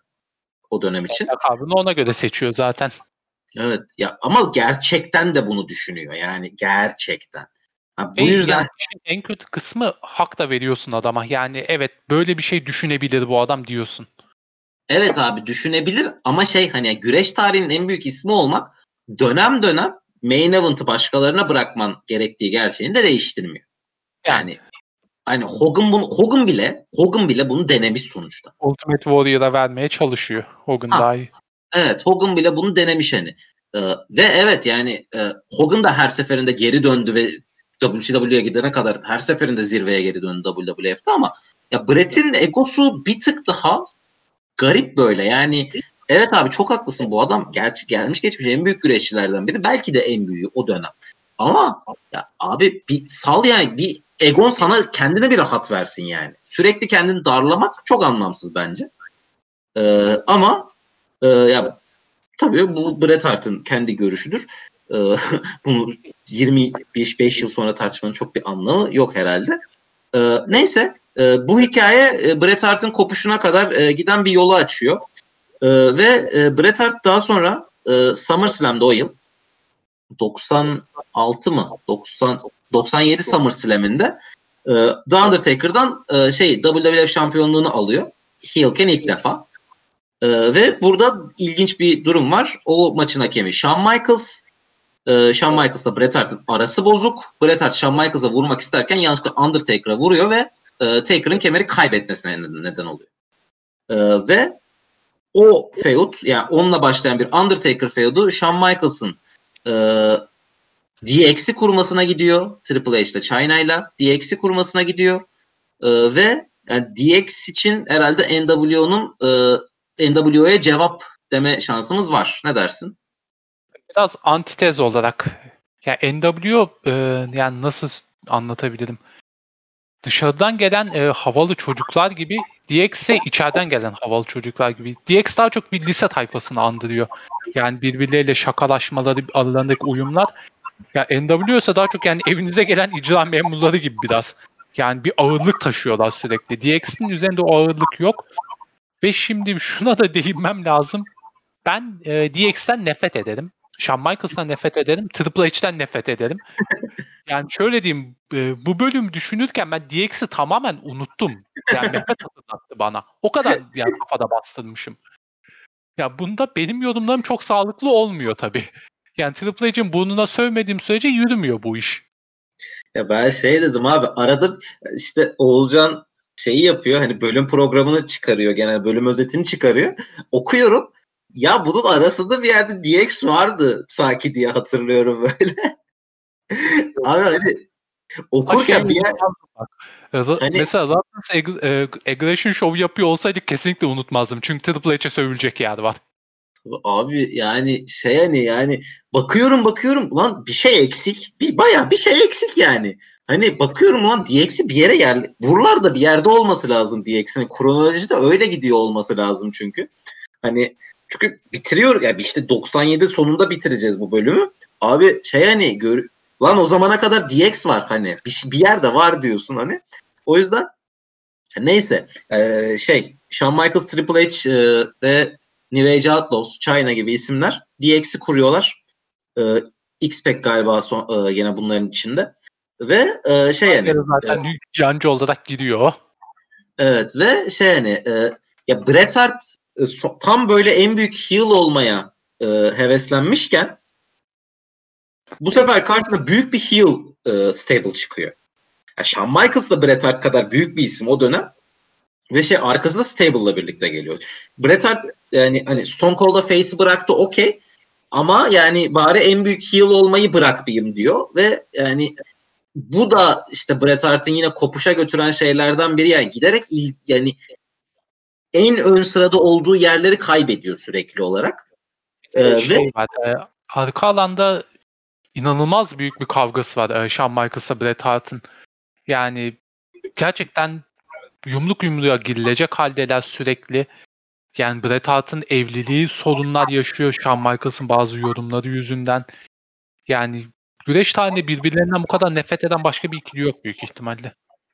o dönem için. Lakabını ona göre seçiyor zaten. Evet ya ama gerçekten de bunu düşünüyor. Yani gerçekten. Ha, bu e, yüzden yani en kötü kısmı hak da veriyorsun adama. Yani evet böyle bir şey düşünebilir bu adam diyorsun. Evet abi düşünebilir ama şey hani güreş tarihinin en büyük ismi olmak dönem dönem main event'ı başkalarına bırakman gerektiği gerçeğini de değiştirmiyor. Yani, yani hani Hogan bunu Hogan bile Hogan bile bunu denemiş sonuçta. Ultimate Warrior'a vermeye çalışıyor Hogan ha, dahi. Evet Hogan bile bunu denemiş hani. Ee, ve evet yani e, Hogan da her seferinde geri döndü ve W C W'ye gidene kadar her seferinde zirveye geri döndü W W F'de ama ya Bret'in egosu bir tık daha garip böyle yani. Evet abi çok haklısın bu adam gerçi gelmiş geçmiş en büyük güreşçilerden biri belki de en büyüğü o dönem. Ama ya abi bir sal yani bir egon sana kendine bir rahat versin yani. Sürekli kendini darlamak çok anlamsız bence. Ee, ama e, ya tabii bu Bret Hart'ın kendi görüşüdür. Ee, bunu yirmi beş yıl sonra tartışmanın çok bir anlamı yok herhalde. Ee, neyse e, bu hikaye e, Bret Hart'ın kopuşuna kadar e, giden bir yolu açıyor. E, ve e, Bret Hart daha sonra e, SummerSlam'da o yıl doksan altı mı? doksan doksan yedi SummerSlam'inde e, The Undertaker'dan e, şey W W F şampiyonluğunu alıyor. Heel'ken ilk defa. E, ve burada ilginç bir durum var. O maçın hakemi Shawn Michaels. E, Shawn Michaels'la Bret Hart'ın arası bozuk. Bret Hart Shawn Michaels'a vurmak isterken yanlışlıkla Undertaker'a vuruyor ve e, Taker'ın kemeri kaybetmesine neden oluyor. E, ve o feud, yani onunla başlayan bir Undertaker feudu Shawn Michaels'ın e, D X'i kurmasına gidiyor. Triple H'le Chyna'yla D X'i kurmasına gidiyor. E, ve yani D X için herhalde N W O'nun e, N W O'ya cevap deme şansımız var. Ne dersin? Biraz antitez olarak. Ya N W O e, yani nasıl anlatabilirim? Dışarıdan gelen e, havalı çocuklar gibi, D X ise içeriden gelen havalı çocuklar gibi. D X daha çok bir lise tayfasını andırıyor. Yani birbirleriyle şakalaşmaları, aralarındaki uyumlar. Ya N W O ise daha çok yani evinize gelen icra memurları gibi biraz. Yani bir ağırlık taşıyorlar sürekli. D X'in üzerinde o ağırlık yok. Ve şimdi şuna da değinmem lazım. Ben e, D X'ten nefret ederim. Shawn Michaels'tan nefret ederim. Triple H'ten nefret ederim. Yani şöyle diyeyim, e, bu bölüm düşünürken ben D X'i tamamen unuttum. Yani Mehmet hatırlattı bana. O kadar yani kafada bastırmışım. Ya bunda benim yorumlarım çok sağlıklı olmuyor tabii. Yani Triple H'in burnuna sövmediğim sürece yürümüyor bu iş. Ya ben şey dedim abi, arada işte Oğulcan şeyi yapıyor, hani bölüm programını çıkarıyor, genel bölüm özetini çıkarıyor. Okuyorum. Ya bunun arasında bir yerde D X vardı sanki diye hatırlıyorum böyle. Abi hani okurken bir yer... Hani... Mesela Rattlers ag- ag- Aggression Show yapıyor olsaydık kesinlikle unutmazdım. Çünkü Triple H'e sövülecek yer var. Abi yani şey, hani yani bakıyorum bakıyorum ulan bir şey eksik. Bir bayağı bir şey eksik yani. Hani bakıyorum ulan D X'i bir yere yer, buralarda bir yerde olması lazım D X'in. Kronoloji de öyle gidiyor olması lazım çünkü. Hani çünkü bitiriyor ya, yani işte doksan yedi sonunda bitireceğiz bu bölümü. Abi şey hani gör, lan o zamana kadar D X var, hani bir, bir yerde var diyorsun hani. O yüzden neyse ee, şey Shawn Michaels, Triple H e, ve New Age Outlaws, Chyna gibi isimler D X'i kuruyorlar. Ee, X-Pac galiba son, e, yine bunların içinde. Ve e, şey yani. Zaten e, yancı olarak giriyor. Evet ve şey yani e, ya Bret Hart e, so, tam böyle en büyük heel olmaya e, heveslenmişken bu sefer karşısına büyük bir heel e, stable çıkıyor. Yani Shawn Michaels da Bret Hart kadar büyük bir isim o dönem. Ve şey arkasında Stable'la birlikte geliyor. Bret Hart yani hani Stone Cold'a face'i bıraktı okey. Ama yani bari en büyük heel olmayı bırakmayayım diyor. Ve yani bu da işte Bret Hart'ın yine kopuşa götüren şeylerden biri. Yani giderek il, yani en ön sırada olduğu yerleri kaybediyor sürekli olarak. Ee, şey ve var, e, arka alanda inanılmaz büyük bir kavgası var e, Shawn Michaels'la Bret Hart'ın. Yani gerçekten yumruk yumruğa girilecek haldeler sürekli. Yani Bret Hart'ın evliliği sorunlar yaşıyor Shawn Michaels'ın bazı yorumları yüzünden. Yani güreş tarihinde birbirlerinden bu kadar nefret eden başka bir ikili yok büyük ihtimalle.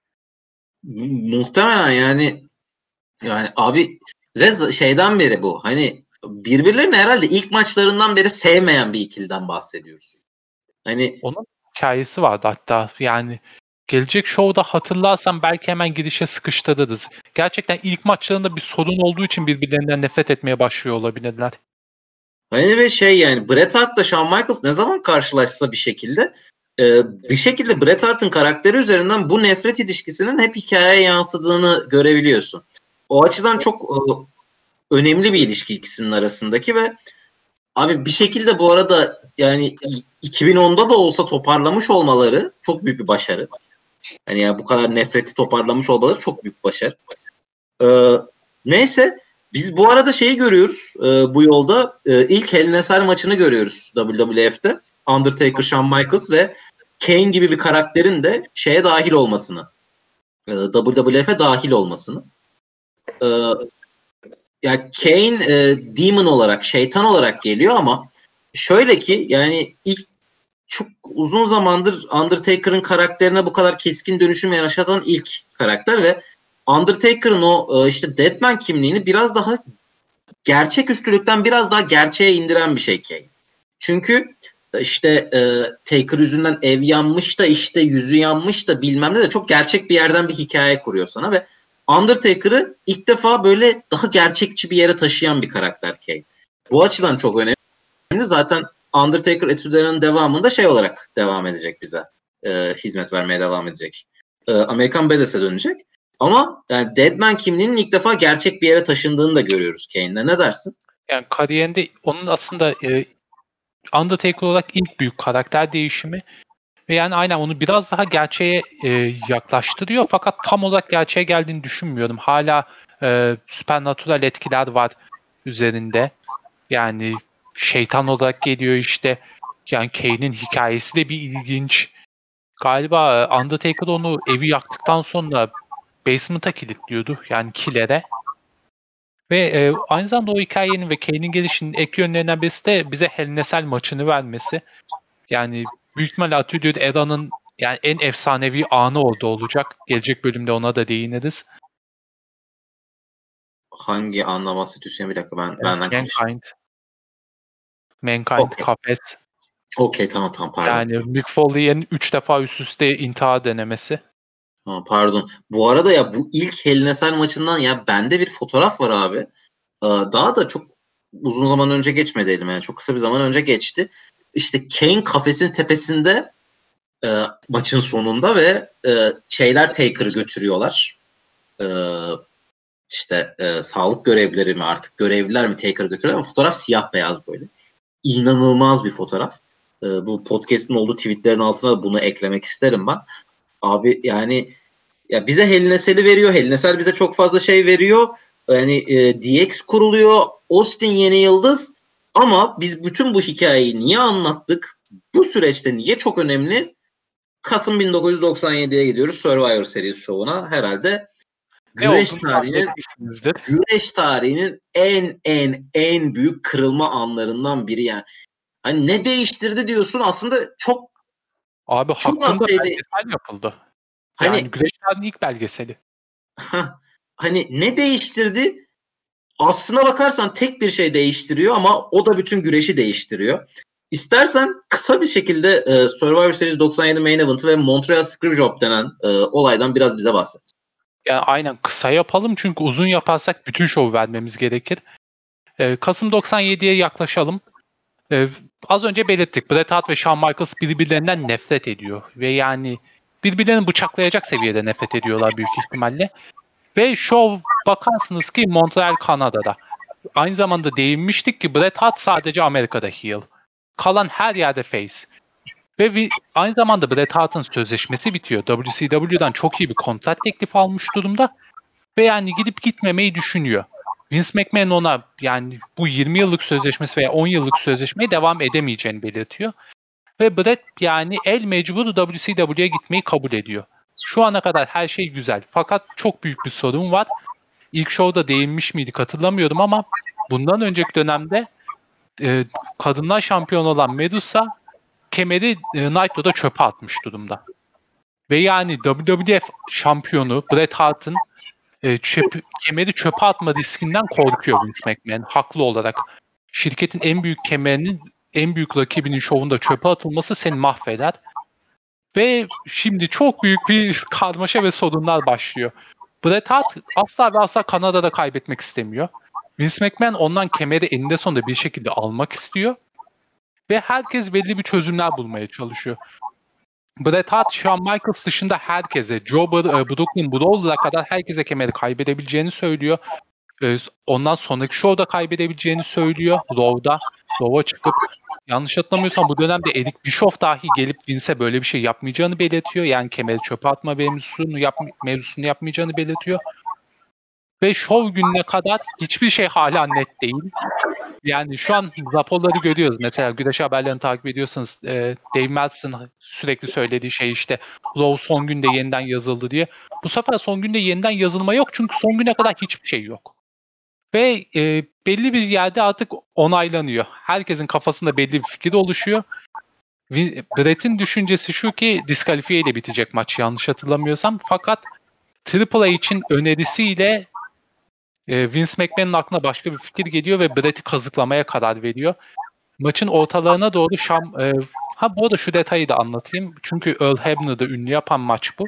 Muhtemelen yani yani abi şeyden beri bu. Hani birbirlerini herhalde ilk maçlarından beri sevmeyen bir ikiliden bahsediyoruz. Hani onun hikayesi vardı hatta. Yani gelecek şovda hatırlarsam belki hemen girişe sıkıştırırız. Gerçekten ilk maçlarında bir sorun olduğu için birbirlerinden nefret etmeye başlıyor olabilirler. Hani ve şey yani Bret Hart'la Shawn Michaels ne zaman karşılaşsa bir şekilde e, bir şekilde Bret Hart'ın karakteri üzerinden bu nefret ilişkisinin hep hikayeye yansıdığını görebiliyorsun. O açıdan çok e, önemli bir ilişki ikisinin arasındaki ve abi bir şekilde bu arada yani iki bin onda da olsa toparlamış olmaları çok büyük bir başarı. Hani ya bu kadar nefreti toparlamış olmaları çok büyük başarı. Ee, neyse biz bu arada şeyi görüyoruz e, bu yolda e, ilk Hell in a Cell maçını görüyoruz W W F'de. Undertaker, Shawn Michaels ve Kane gibi bir karakterin de şeye dahil olmasını, e, W W F'e dahil olmasını. E, ya Kane e, Demon olarak, şeytan olarak geliyor ama şöyle ki yani ilk çok uzun zamandır Undertaker'ın karakterine bu kadar keskin dönüşüm yaşatan ilk karakter ve Undertaker'ın o işte Deadman kimliğini biraz daha gerçeküstülükten biraz daha gerçeğe indiren bir şey Kane. Çünkü işte e, Taker yüzünden ev yanmış da işte yüzü yanmış da bilmem ne de çok gerçek bir yerden bir hikaye kuruyor sana ve Undertaker'ı ilk defa böyle daha gerçekçi bir yere taşıyan bir karakter Kane. Bu açıdan çok önemli. Zaten Undertaker etüdlerinin devamında şey olarak devam edecek bize. E, hizmet vermeye devam edecek. E, Amerikan Badass'e dönecek. Ama yani Deadman kimliğinin ilk defa gerçek bir yere taşındığını da görüyoruz Kane'le. Ne dersin? Yani kariyerinde onun aslında e, Undertaker olarak ilk büyük karakter değişimi ve yani aynen onu biraz daha gerçeğe e, yaklaştırıyor fakat tam olarak gerçeğe geldiğini düşünmüyorum. Hala e, supernatural etkiler var üzerinde. Yani şeytan olarak geliyor işte. Yani Kane'in hikayesi de bir ilginç. Galiba e, Undertaker onu evi yaktıktan sonra basement'a kilitliyordu. Yani kilere. Ve e, aynı zamanda o hikayenin ve Kane'in gelişinin ek yönlerinden birisi de bize Hell in a Cell maçını vermesi. Yani büyük ihtimalle Attitude Era'nın yani en efsanevi anı orada olacak. Gelecek bölümde ona da değiniriz. Hangi anlaması Hüseyin, bir dakika ben Yani benden karıştım. Mankind. Mankind, Okey. kafes. Okey, tamam tamam pardon. Yani Mick Foley'in üç defa üst üste intihar denemesi. Ha, pardon. Bu arada ya bu ilk Hell in a Cell maçından ya bende bir fotoğraf var abi. Ee, Daha da çok uzun zaman önce geçmedi elime. Yani çok kısa bir zaman önce geçti. İşte Kane kafesin tepesinde e, maçın sonunda ve e, şeyler Taker'ı götürüyorlar. E, işte e, sağlık görevlileri mi artık görevliler mi Taker'ı götürüyorlar ama fotoğraf siyah beyaz böyle. İnanılmaz bir fotoğraf. E, bu podcast'ın olduğu tweetlerin altına da bunu eklemek isterim ben. Abi yani ya bize Hell in a Cell'i veriyor. Hell in a Cell bize çok fazla şey veriyor. Yani e, D X kuruluyor. Austin yeni yıldız. Ama biz bütün bu hikayeyi niye anlattık? Bu süreçte niye çok önemli? Kasım bin dokuz yüz doksan yediye gidiyoruz Survivor Series şovuna. Herhalde güreş tarihinin güreş tarihinin en en en büyük kırılma anlarından biri yani. Hani ne değiştirdi diyorsun, aslında çok Abi çok az hakkında şeyde belgesel yapıldı. hani Yani güreş tarihinin ilk belgeseli. hani ne değiştirdi? Aslına bakarsan tek bir şey değiştiriyor ama o da bütün güreşi değiştiriyor. İstersen kısa bir şekilde e, Survivor Series doksan yedi Main Event'ı ve Montreal Screwjob denen e, olaydan biraz bize bahset. Yani aynen kısa yapalım çünkü uzun yaparsak bütün şov vermemiz gerekir. Ee, Kasım doksan yediye yaklaşalım. Ee, az önce belirttik. Bret Hart ve Shawn Michaels birbirlerinden nefret ediyor. Ve yani birbirlerini bıçaklayacak seviyede nefret ediyorlar büyük ihtimalle. Ve şov bakarsınız ki Montreal, Kanada'da. Aynı zamanda değinmiştik ki Bret Hart sadece Amerika'da heel. Kalan her yerde face. Ve bir, aynı zamanda Bret Hart'ın sözleşmesi bitiyor. W C W'dan çok iyi bir kontrat teklifi almış durumda. Ve yani gidip gitmemeyi düşünüyor. Vince McMahon ona yani bu yirmi yıllık sözleşmesi veya on yıllık sözleşmeye devam edemeyeceğini belirtiyor. Ve Bret yani el mecbur W C W'ye gitmeyi kabul ediyor. Şu ana kadar her şey güzel. Fakat çok büyük bir sorun var. İlk show'da değinmiş miydik hatırlamıyorum ama bundan önceki dönemde e, kadınlar şampiyonu olan Medusa kemeri e, Nitro'da çöpe atmış durumda. Ve yani W W F şampiyonu Bret Hart'ın e, çöp, kemeri çöpe atma riskinden korkuyor Vince McMahon. Haklı olarak. Şirketin en büyük kemerinin en büyük rakibinin şovunda çöpe atılması seni mahveder. Ve şimdi çok büyük bir karmaşa ve sorunlar başlıyor. Bret Hart asla ve asla Kanada'da kaybetmek istemiyor. Vince McMahon ondan kemeri eninde sonunda bir şekilde almak istiyor. Ve herkes belli bir çözümler bulmaya çalışıyor. Bret Hart, Shawn Michaels dışında herkese, Joe Bar- Brooklyn Brawler'a kadar herkese kemeri kaybedebileceğini söylüyor. Ondan sonraki show'da kaybedebileceğini söylüyor. Raw'da, Raw'a çıkıp yanlış hatırlamıyorsam bu dönemde Eric Bischoff dahi gelip Vince'e böyle bir şey yapmayacağını belirtiyor. Yani kemeri çöpe atma mevzusunu, yap, mevzusunu yapmayacağını belirtiyor. Ve show gününe kadar hiçbir şey hala net değil. Yani şu an raporları görüyoruz. Mesela güreş haberlerini takip ediyorsanız e, Dave Meltzer sürekli söylediği şey işte Raw son günde yeniden yazıldı diye. Bu sefer son günde yeniden yazılma yok çünkü son güne kadar hiçbir şey yok. Ve e, belli bir yerde artık onaylanıyor. Herkesin kafasında belli bir fikir oluşuyor. Bret'in düşüncesi şu ki diskalifiye ile bitecek maç yanlış hatırlamıyorsam. Fakat Triple H'in önerisiyle e, Vince McMahon'ın aklına başka bir fikir geliyor ve Bret'i kazıklamaya karar veriyor. Maçın ortalarına doğru Şam... E, ha bu arada şu detayı da anlatayım. Çünkü Earl Hebner'da ünlü yapan maç bu.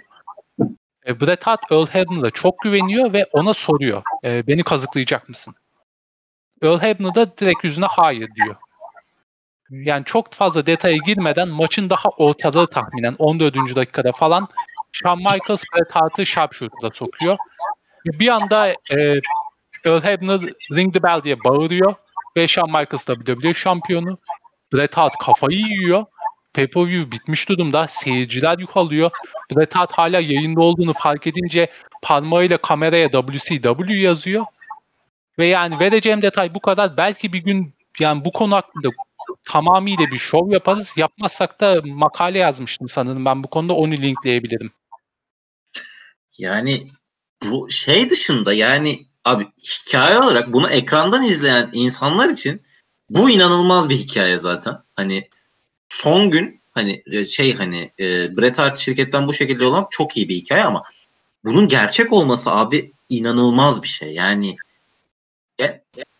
E, Bret Hart Earl Hebner'a çok güveniyor ve ona soruyor. E, beni kazıklayacak mısın? Earl Hebner da direkt yüzüne hayır diyor. Yani çok fazla detaya girmeden maçın daha ortalığı tahminen on dördüncü dakikada falan Shawn Michaels Bret Hart'ı sharpshooter'da sokuyor. Bir anda e, Earl Hebner ring the bell diye bağırıyor ve Shawn Michaels W W E şampiyonu. Bret Hart kafayı yiyor. Pay-per-view bitmiş durumda. Seyirciler yuhalıyor. Bret Hart hala yayında olduğunu fark edince parmağıyla kameraya W C W yazıyor. Ve yani vereceğim detay bu kadar. Belki bir gün yani bu konu hakkında tamamıyla bir şov yaparız. Yapmazsak da makale yazmıştım sanırım. Ben bu konuda onu linkleyebilirim. Yani bu şey dışında yani abi hikaye olarak bunu ekrandan izleyen insanlar için bu inanılmaz bir hikaye zaten. Hani son gün hani şey hani e, Bret Hart şirketten bu şekilde olmak çok iyi bir hikaye ama bunun gerçek olması abi inanılmaz bir şey. Yani e,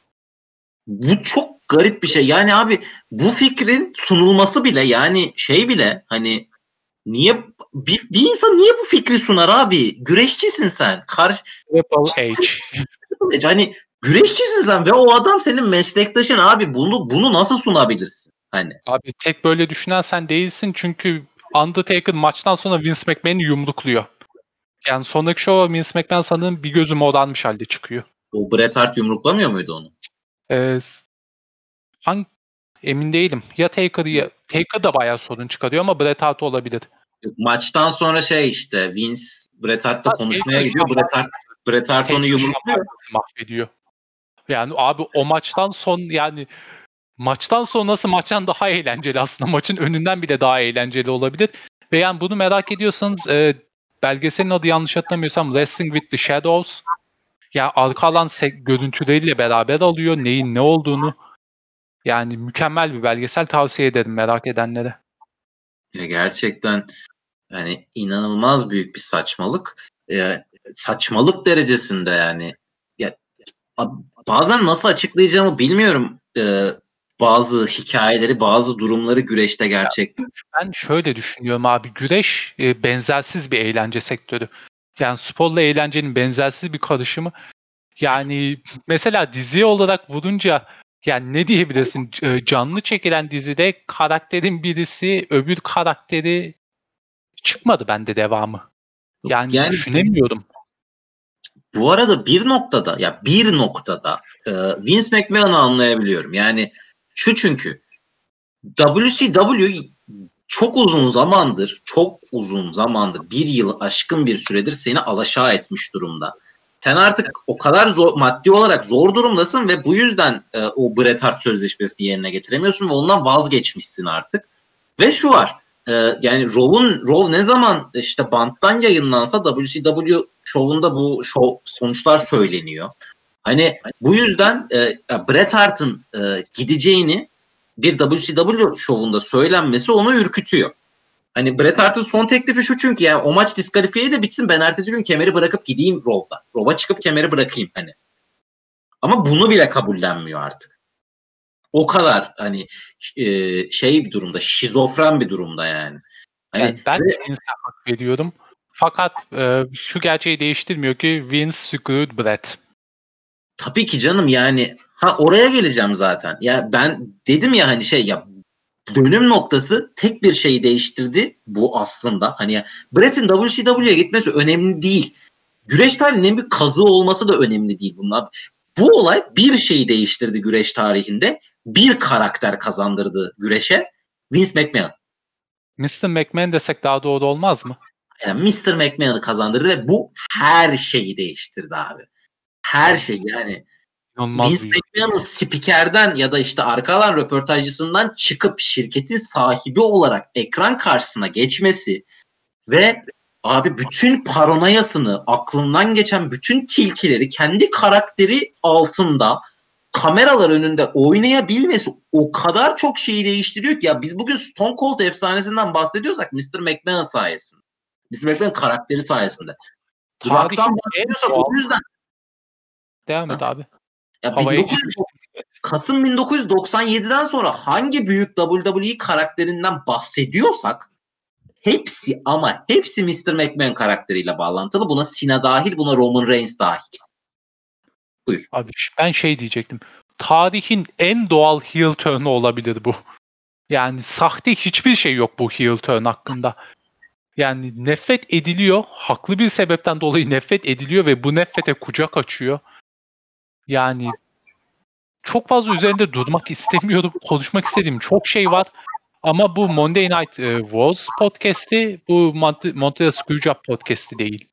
bu çok garip bir şey. Yani abi bu fikrin sunulması bile yani şey bile hani niye bir, bir insan niye bu fikri sunar abi? Güreşçisin sen. Karşı Triple H. Hani güreşçisin sen ve o adam senin meslektaşın abi. Bunu bunu nasıl sunabilirsin? Hani Abi tek böyle düşünen sen değilsin çünkü Undertaker maçtan sonra Vince McMahon'ı yumrukluyor. Yani sonraki şova Vince McMahon sanırım bir gözü morarmış halde çıkıyor. o Bret Hart yumruklamıyor muydu onu? Ee, hangi, emin değilim. Ya Taker ya Taker da bayağı sorun çıkarıyor ama Bret Hart olabilir. Maçtan sonra şey işte Vince Bret Hart'la konuşmaya Taker gidiyor. Bret Hart Bret Hart onu yumrukluyor. Mahvediyor. Yani abi o maçtan son yani maçtan sonrası maçtan daha eğlenceli aslında. Maçın önünden bile daha eğlenceli olabilir. Ve yani bunu merak ediyorsanız e, belgeselin adı yanlış hatırlamıyorsam Wrestling with the Shadows. Yani arka alan se- görüntüleriyle beraber alıyor neyin ne olduğunu. Yani mükemmel bir belgesel, tavsiye ederim merak edenlere. Ya gerçekten yani inanılmaz büyük bir saçmalık. Ee, saçmalık derecesinde yani. Ya, bazen nasıl açıklayacağımı bilmiyorum. Ee, bazı hikayeleri, bazı durumları güreşte gerçekten. Ben şöyle düşünüyorum abi. Güreş e, benzersiz bir eğlence sektörü. Yani sporla eğlencenin benzersiz bir karışımı. Yani mesela dizi olarak vurunca yani ne diyebilirsin? C- Canlı çekilen dizide karakterin birisi öbür karakteri çıkmadı bende devamı. Yani, Yani düşünemiyorum. bu arada bir noktada ya bir noktada e, Vince McMahon'ı anlayabiliyorum. Yani şu çünkü W C W çok uzun zamandır, çok uzun zamandır, bir yıl aşkın bir süredir seni alaşağı etmiş durumda. Sen artık o kadar zor, maddi olarak zor durumdasın ve bu yüzden e, o Bret Hart sözleşmesini yerine getiremiyorsun ve ondan vazgeçmişsin artık. Ve şu var, e, yani Raw'un Raw ne zaman işte banttan yayınlansa W C W şovunda bu şov sonuçlar söyleniyor. Hani bu yüzden e, Bret Hart'ın e, gideceğini bir W C W şovunda söylenmesi onu ürkütüyor. Hani Bret Hart'ın son teklifi şu çünkü yani o maç diskalifiye de bitsin ben ertesi gün kemeri bırakıp gideyim Raw'da. Raw'a çıkıp kemeri bırakayım hani. Ama bunu bile kabullenmiyor artık. O kadar hani e, şey bir durumda, şizofren bir durumda yani. Hani Yani ben ve, de Vince'e hak veriyorum. Fakat e, şu gerçeği değiştirmiyor ki Vince screwed Bret. tabii ki canım yani ha oraya geleceğim zaten. Ya ben dedim ya hani şey ya dönüm noktası tek bir şeyi değiştirdi bu aslında. Hani Bret'in W C W'ye gitmesi önemli değil. Güreş tarihinin bir kazı olması da önemli değil bunlar. Bu olay bir şeyi değiştirdi güreş tarihinde. Bir karakter kazandırdı güreşe. Vince McMahon. mister McMahon desek daha doğru olmaz mı? Yani mister McMahon'ı kazandırdı ve bu her şeyi değiştirdi abi. Her Yani, şey yani. İnanılmaz Vince büyük. McMahon'ın spikerden ya da işte arka alan röportajcısından çıkıp şirketin sahibi olarak ekran karşısına geçmesi ve abi bütün paranoyasını, aklından geçen bütün tilkileri kendi karakteri altında kameralar önünde oynayabilmesi o kadar çok şeyi değiştiriyor ki ya biz bugün Stone Cold efsanesinden bahsediyorsak mister McMahon sayesinde. mister McMahon karakteri sayesinde. Rock'tan bahsediyorsak o yüzden. Devam et abi. Ya Havaya bin dokuz yüz Kasım bin dokuz yüz doksan yediden sonra hangi büyük W W E karakterinden bahsediyorsak hepsi ama hepsi mister McMahon karakteriyle bağlantılı. Buna Cena dahil, buna Roman Reigns dahil. Buyur. Abi ben şey diyecektim. Tarihin en doğal heel turn'u olabilir bu. Yani sahte hiçbir şey yok bu heel turn hakkında. Yani nefret ediliyor. Haklı bir sebepten dolayı nefret ediliyor ve bu nefrete kucak açıyor. Yani çok fazla üzerinde durmak istemiyorum. Konuşmak istediğim çok şey var. Ama bu Monday Night e, Wars podcast'i, bu Mont- Montreal Screwjob podcast'i değil.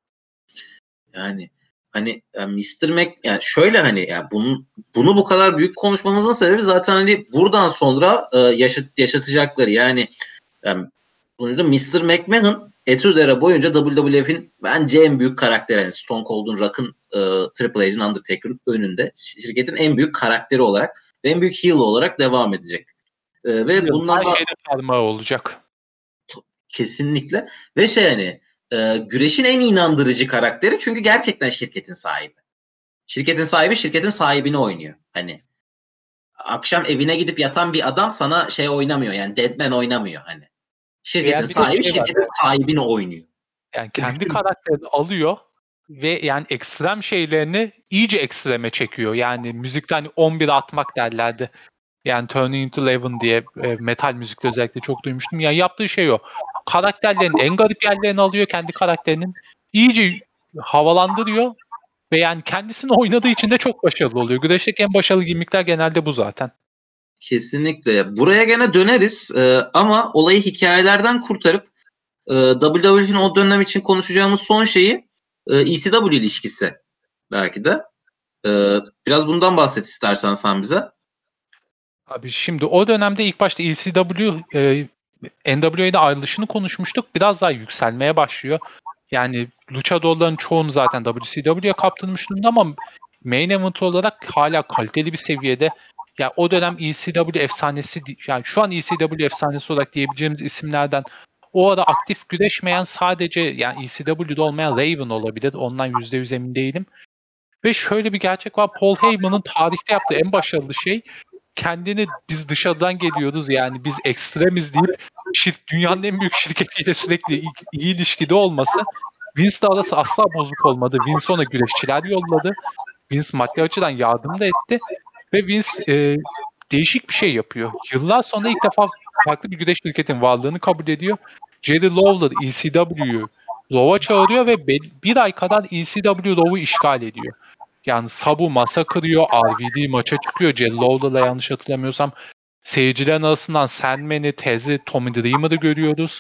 Yani hani yani mister Mac yani şöyle hani yani bunun bunu bu kadar büyük konuşmamızın sebebi zaten hani buradan sonra e, yaşat, yaşatacakları yani, yani sonuçta mister McMahon Etüdere boyunca W W F'in bence en büyük karakteri. Yani Stone Cold'un, Rock'ın, e, Triple H'in, Undertaker'ın önünde şirketin en büyük karakteri olarak ve en büyük heel olarak devam edecek. E, ve bundan her da şeyde parmağı olacak. kesinlikle ve şey hani e, güreşin en inandırıcı karakteri çünkü gerçekten şirketin sahibi. Şirketin sahibi şirketin sahibini oynuyor. Hani akşam evine gidip yatan bir adam sana şey oynamıyor yani Deadman oynamıyor hani. Şirketin Yani bir de sahibi şey var şirketin yani. sahibini oynuyor. Yani kendi karakterini alıyor ve yani ekstrem şeylerini iyice ekstreme çekiyor. Yani müzikte hani on bir atmak derlerdi. Yani Turning into Eleven diye e, metal müzikte özellikle çok duymuştum. Yani yaptığı şey o. Karakterlerin en garip yerlerini alıyor, kendi karakterinin iyice havalandırıyor ve yani kendisini oynadığı için de çok başarılı oluyor. Güreşteki en başarılı gimmickler genelde bu zaten. Kesinlikle. Buraya gene döneriz e, ama olayı hikayelerden kurtarıp e, W W F'in o dönem için konuşacağımız son şeyi e, E C W ilişkisi belki de. E, biraz bundan bahset istersen sen bize. Abi şimdi o dönemde ilk başta E C W e, N W A'da ayrılışını konuşmuştuk. Biraz daha yükselmeye başlıyor. Yani luchadorların çoğunu zaten W C W'ye kaptırmış durumda ama main event olarak hala kaliteli bir seviyede. Yani o dönem E C W efsanesi, yani şu an E C W efsanesi olarak diyebileceğimiz isimlerden o ara aktif güreşmeyen sadece yani E C W'de olmayan Raven olabilir. Ondan yüzde yüz emin değilim. Ve şöyle bir gerçek var. Paul Heyman'ın tarihte yaptığı en başarılı şey, kendini biz dışarıdan geliyoruz yani biz ekstremiz deyip şir- dünyanın en büyük şirketiyle sürekli iyi, iyi ilişkide olması. Vince'le arası asla bozuk olmadı. Vince ona güreşçiler yolladı. Vince maddi açıdan yardım da etti. Ve Vince e, değişik bir şey yapıyor. Yıllar sonra ilk defa farklı bir güreş şirketin varlığını kabul ediyor. Jerry Lawler E C W'yu Raw'a çağırıyor ve bir ay kadar E C W Raw'u işgal ediyor. Yani Sabu masa kırıyor, R V D maça çıkıyor. Jerry Lawler'la yanlış hatırlamıyorsam seyircilerin arasından Sandman'i, Tez'i, Tommy Dreamer'ı görüyoruz.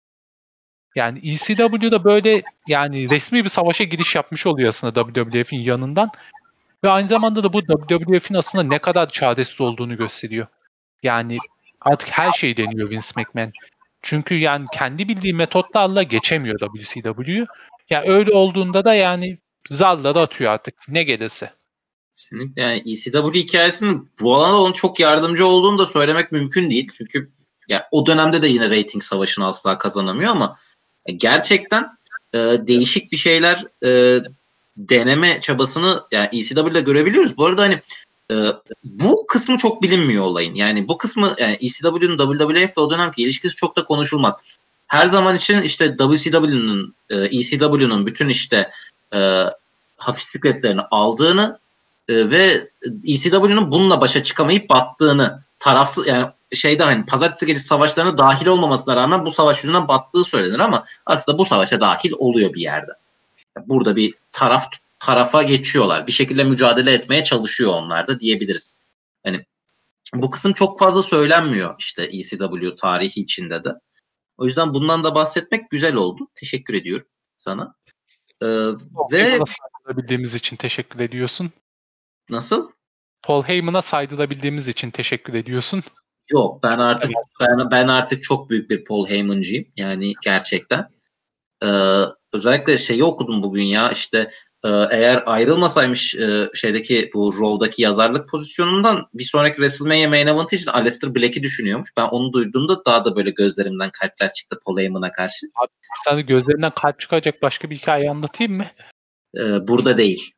Yani E C W'da böyle yani resmi bir savaşa giriş yapmış oluyor aslında W W F'in yanından. Ve aynı zamanda da bu W W F'in aslında ne kadar çaresiz olduğunu gösteriyor. Yani artık her şey deniyor Vince McMahon. Çünkü yani kendi bildiği metotlarla geçemiyor W C W'yu. Yani öyle olduğunda da yani zarları atıyor artık ne gelirse. Kesinlikle. Yani E C W hikayesinin bu alanda onun çok yardımcı olduğunu da söylemek mümkün değil. Çünkü yani o dönemde de yine rating savaşını asla kazanamıyor ama gerçekten e, değişik bir şeyler e, deneme çabasını yani E C W'de görebiliyoruz. Bu arada hani e, bu kısmı çok bilinmiyor olayın. Yani bu kısmı yani E C W'nin W W F'le o dönemki ilişkisi çok da konuşulmaz. Her zaman için işte W C W'nin e, E C W'nin bütün işte e, hafif sikletlerini aldığını e, ve E C W'nin bununla başa çıkamayıp battığını, tarafsız yani şeyde hani pazartesi gecesi savaşlarına dahil olmamasına rağmen bu savaş yüzünden battığı söylenir ama aslında bu savaşa dahil oluyor bir yerde. Burada bir taraf tarafa geçiyorlar. Bir şekilde mücadele etmeye çalışıyor onlar da diyebiliriz. Hani bu kısım çok fazla söylenmiyor işte E C W tarihi içinde de. O yüzden bundan da bahsetmek güzel oldu. Teşekkür ediyorum sana. Ee, Paul ve Heyman'a saydırabildiğimiz için teşekkür ediyorsun. nasıl? Paul Heyman'a saydırabildiğimiz için teşekkür ediyorsun. Yok ben Çok artık sever. ben, ben artık çok büyük bir Paul Heyman'cıyım. Yani gerçekten. Ee, özellikle şeyi okudum bugün ya işte e, eğer ayrılmasaymış e, şeydeki bu Raw'daki yazarlık pozisyonundan bir sonraki WrestleMania Main Event için Aleister Black'i düşünüyormuş. Ben onu duyduğumda daha da böyle gözlerimden kalpler çıktı Paul Heyman'a karşı. Abi, sana gözlerinden kalp çıkacak başka bir hikaye anlatayım mı? Ee, burada değil.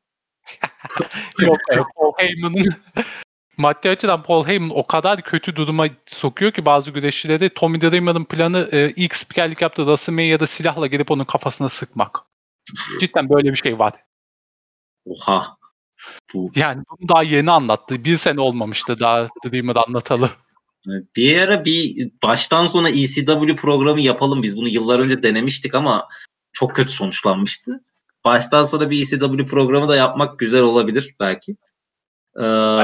Yok, e, Paul Heyman'ın maddi açıdan Paul Heyman o kadar kötü duruma sokuyor ki bazı güreşçileri. Tommy Dreamer'ın planı e, ilk spikerlik yaptığı WrestleMania'da silahla gelip onun kafasına sıkmak. Cidden böyle bir şey var. Oha. Bu Yani bunu daha yeni anlattı. Bir sene olmamıştı daha Dreamer anlatalı. Bir ara bir baştan sona E C W programı yapalım. Biz bunu yıllar önce denemiştik ama çok kötü sonuçlanmıştı. Baştan sona bir E C W programı da yapmak güzel olabilir belki. Ee,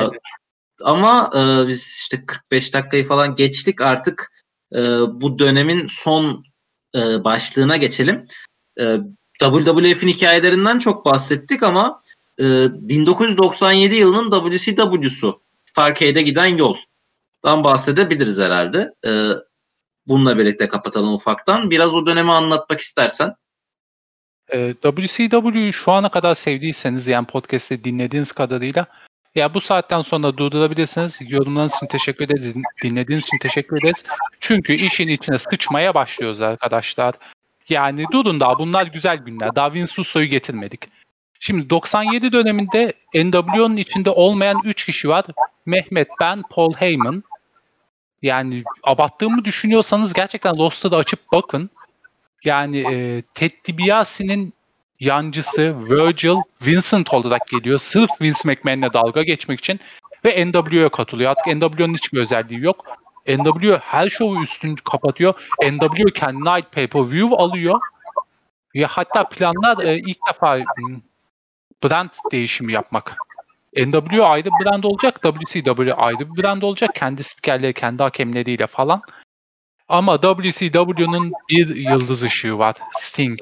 ama e, biz işte kırk beş dakikayı falan geçtik. Artık e, bu dönemin son e, başlığına geçelim. E, W W F'in hikayelerinden çok bahsettik ama e, bin dokuz yüz doksan yedi yılının W C W'su Starrcade'e giden yoldan bahsedebiliriz herhalde. E, bununla birlikte kapatalım ufaktan. Biraz o dönemi anlatmak istersen. E, W C W'yu şu ana kadar sevdiyseniz, yani podcast'te dinlediğiniz kadarıyla, ya bu saatten sonra durdurabilirsiniz. Yorumlarınız için teşekkür ederiz. Dinlediğiniz için teşekkür ederiz. Çünkü işin içine sıçmaya başlıyoruz arkadaşlar. Yani durun daha, bunlar güzel günler. Daha Vince Russo'yu getirmedik. Şimdi doksan yedi döneminde N W O'nun içinde olmayan üç kişi var. Mehmet, ben, Paul Heyman. Yani abarttığımı düşünüyorsanız gerçekten Lost'u da açıp bakın. Yani e, Ted DiBiase'nin yancısı Virgil Vincent olarak geliyor. Sırf Vince McMahon'le dalga geçmek için ve N W O'ya katılıyor. Artık N W O'nun hiçbir özelliği yok. N W O her şovu üstünü kapatıyor. N W O kendine ait pay-per-view alıyor. Ya hatta planlar e, ilk defa m, brand değişimi yapmak. N W O ayrı bir brand olacak, W C W ayrı bir brand olacak. Kendi spikerleri, kendi hakemleriyle falan. Ama W C W'nun bir yıldız ışığı var. Sting.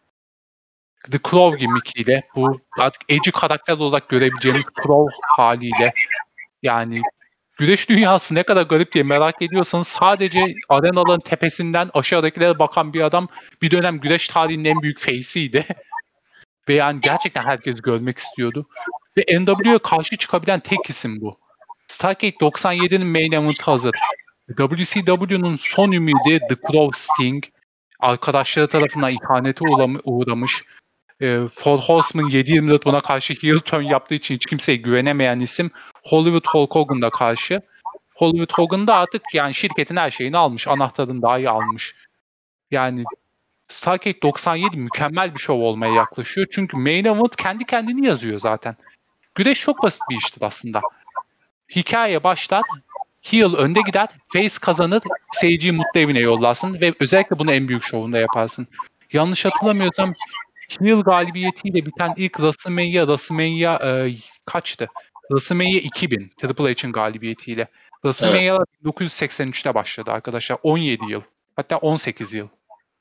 The Crow gimmick'iyle, bu artık edgy karakter olarak görebileceğimiz Crow haliyle, yani güreş dünyası ne kadar garip diye merak ediyorsanız, sadece arenaların tepesinden aşağıdakilere bakan bir adam bir dönem güreş tarihinin en büyük face'iydi. Ve yani gerçekten herkes görmek istiyordu. Ve N W O'ya karşı çıkabilen tek isim bu. Starrcade doksan yedinin main event hazır. W C W'nun son ümidi The Crow Sting. Arkadaşları tarafından ihanete uğramış. E, Four Horsemen yedi yirmi dört buna karşı heel turn yaptığı için hiç kimseye güvenemeyen isim Hollywood Hulk Hogan'da karşı. Hollywood Hogan da artık yani şirketin her şeyini almış. Anahtarını dahi almış. Yani Starrcade doksan yedi mükemmel bir şov olmaya yaklaşıyor. Çünkü main event kendi kendini yazıyor zaten. Güreş çok basit bir iştir aslında. Hikaye başlar, heel önde gider, face kazanır, seyirciyi mutlu evine yollarsın ve özellikle bunu en büyük şovunda yaparsın. Yanlış hatırlamıyorsam heel galibiyetiyle biten ilk WrestleMania, WrestleMania e, kaçtı? WrestleMania iki bin, Triple H'in galibiyetiyle. WrestleMania evet. bin dokuz yüz seksen üçte başladı arkadaşlar. on yedi yıl. Hatta on sekiz yıl.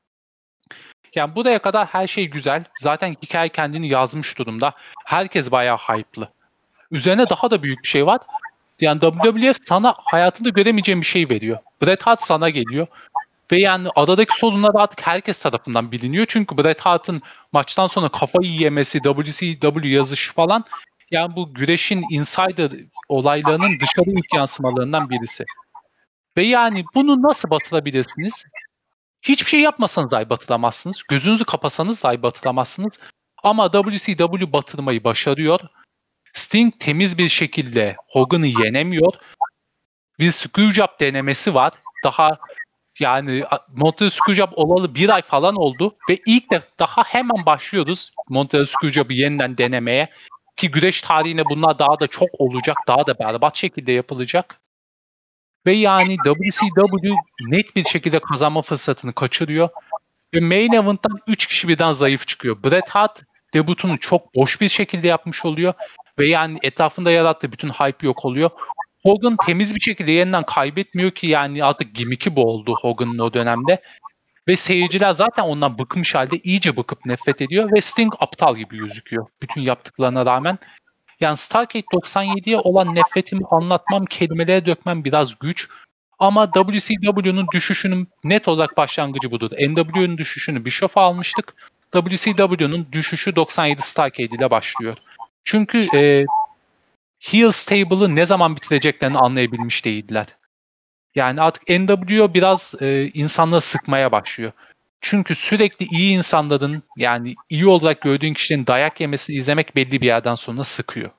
Yani buraya kadar her şey güzel. Zaten hikaye kendini yazmış durumda. Herkes bayağı hype'lı. Üzerine daha da büyük bir şey var. Yani W W F sana hayatında göremeyeceğin bir şey veriyor. Bret Hart sana geliyor. Ve yani aradaki sorunlar artık herkes tarafından biliniyor. Çünkü Bret Hart'ın maçtan sonra kafayı yemesi, W C W yazışı falan, yani bu güreşin insider olaylarının dışarı ilk yansımalarından birisi. Ve yani bunu nasıl batırabilirsiniz? Hiçbir şey yapmasanız dahi batıramazsınız. Gözünüzü kapasanız dahi batıramazsınız. Ama W C W batırmayı başarıyor. Sting temiz bir şekilde Hogan'ı yenemiyor. Bir screwjob denemesi var. Daha yani Montreal Screwjob olalı bir ay falan oldu. Ve ilk de daha hemen başlıyoruz Montreal Screwjob'u yeniden denemeye. Ki güreş tarihine bunlar daha da çok olacak. Daha da berbat şekilde yapılacak. Ve yani W C W net bir şekilde kazanma fırsatını kaçırıyor. Ve main event'tan üç kişi birden zayıf çıkıyor. Bret Hart debutunu çok boş bir şekilde yapmış oluyor. Ve yani etrafında yarattığı bütün hype yok oluyor. Hogan temiz bir şekilde yeniden kaybetmiyor ki, yani artık gimmick'i bu oldu Hogan'ın o dönemde. Ve seyirciler zaten ondan bıkmış halde iyice bıkıp nefret ediyor ve Sting aptal gibi gözüküyor bütün yaptıklarına rağmen. Yani Starrcade doksan yediye olan nefretimi anlatmam, kelimelere dökmem biraz güç. Ama W C W'nun düşüşünün net olarak başlangıcı budur. N W O'nun düşüşünü Bischoff'a almıştık. W C W'nun düşüşü doksan yedi Starrcade ile başlıyor. Çünkü e, heel stable'ı ne zaman bitireceklerini anlayabilmiş değiller. Yani artık N W O biraz e, insanları sıkmaya başlıyor. Çünkü sürekli iyi insanların, yani iyi olarak gördüğün kişilerin dayak yemesini izlemek belli bir yerden sonra sıkıyor.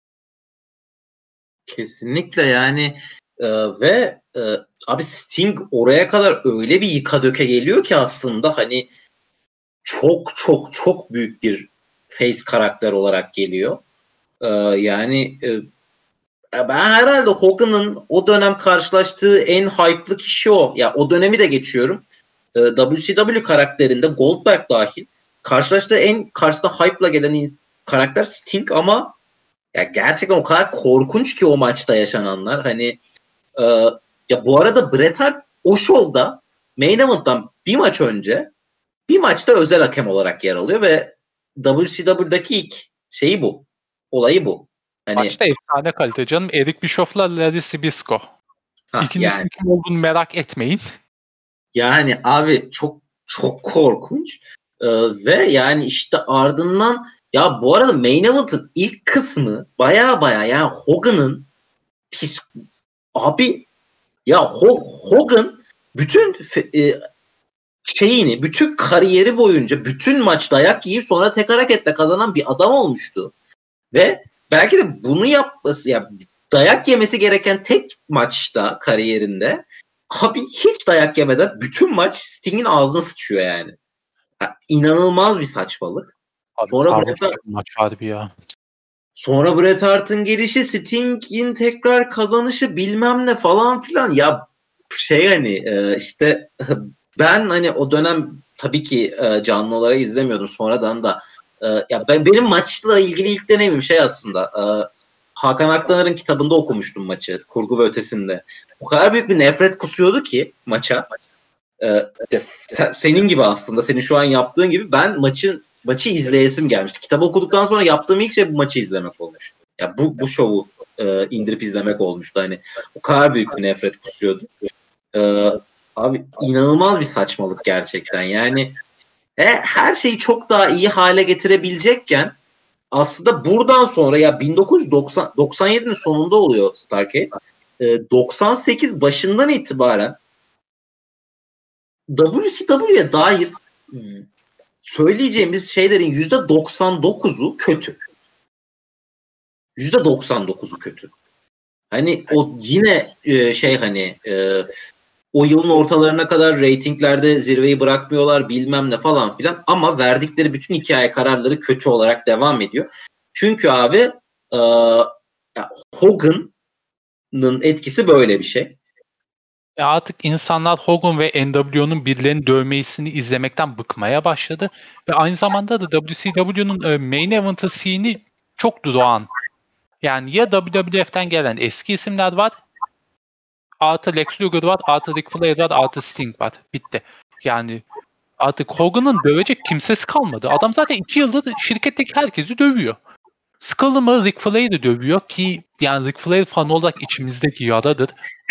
Kesinlikle yani e, ve e, abi Sting oraya kadar öyle bir yıka döke geliyor ki aslında hani çok çok çok büyük bir face karakter olarak geliyor. E, yani e, ben herhalde Hogan'ın o dönem karşılaştığı en hype'lı kişi o. Ya o dönemi de geçiyorum. W C W karakterinde Goldberg dahil karşılaştığı en karşısına hype'la gelen karakter Sting ama ya gerçekten o kadar korkunç ki o maçta yaşananlar. Hani e, ya bu arada Bret Hart o şovda Main Event'tan bir maç önce bir maçta özel hakem olarak yer alıyor ve W C W'daki ilk şeyi bu. Olayı bu. Hani, maçta efsane kalite canım. Eric Bischoff'la Larry Zbyszko. İkincisinin yani, kim olduğunu merak etmeyin. Yani abi çok çok korkunç. Ee, ve yani işte ardından ya bu arada Main Event'ın ilk kısmı baya baya yani Hogan'ın pis abi ya Ho- Hogan bütün e, şeyini, bütün kariyeri boyunca bütün maç dayak yiyip sonra tek hareketle kazanan bir adam olmuştu. Ve belki de bunu yapması ya dayak yemesi gereken tek maçta kariyerinde abi hiç dayak yemeden bütün maç Sting'in ağzına sıçıyor yani. Ya, inanılmaz bir saçmalık. Abi, sonra Bret Hart, maç harbi ya. Sonra Bret Hart'ın gelişi, Sting'in tekrar kazanışı bilmem ne falan filan ya şey hani işte ben hani o dönem tabii ki canlı olarak izlemiyordum sonradan da ya ben benim maçla ilgili ilk deneyimim şey aslında Hakan Aktanar'ın kitabında okumuştum maçı kurgu ve ötesinde. O kadar büyük bir nefret kusuyordu ki maça. Ee, senin gibi aslında senin şu an yaptığın gibi ben maçın maçı izleyesim gelmişti. Kitabı okuduktan sonra yaptığım ilk şey bu maçı izlemek olmuştu. Ya bu bu şovu e, indirip izlemek olmuştu. Hani o kadar büyük bir nefret kusuyordu. Ee, abi inanılmaz bir saçmalık gerçekten. Yani e, her şeyi çok daha iyi hale getirebilecekken aslında buradan sonra ya bin dokuz yüz doksan, doksan yedinin sonunda oluyor Starrcade. E, doksan sekiz başından itibaren W C W'ye dair söyleyeceğimiz şeylerin yüzde doksan dokuzu kötü. yüzde doksan dokuzu kötü. Hani o yine e, şey hani e, o yılın ortalarına kadar reytinglerde zirveyi bırakmıyorlar bilmem ne falan filan ama verdikleri bütün hikaye kararları kötü olarak devam ediyor. Çünkü abi e, Hogan'ın etkisi böyle bir şey. Ya artık insanlar Hogan ve N W O'nun birilerini dövmesini izlemekten bıkmaya başladı. Ve aynı zamanda da W C W'nun e, main event'ı scene'i çok durağan. Yani ya W W F'ten gelen eski isimler var, artı Lex Luger var, artı Ric Flair var, artı Sting var. Bitti. Yani artık Hogan'ın dövecek kimsesi kalmadı. Adam zaten iki yıldır şirketteki herkesi dövüyor. Sıkıldı mı Ric Flair'i dövüyor ki yani Ric Flair fan olarak içimizdeki yaradır.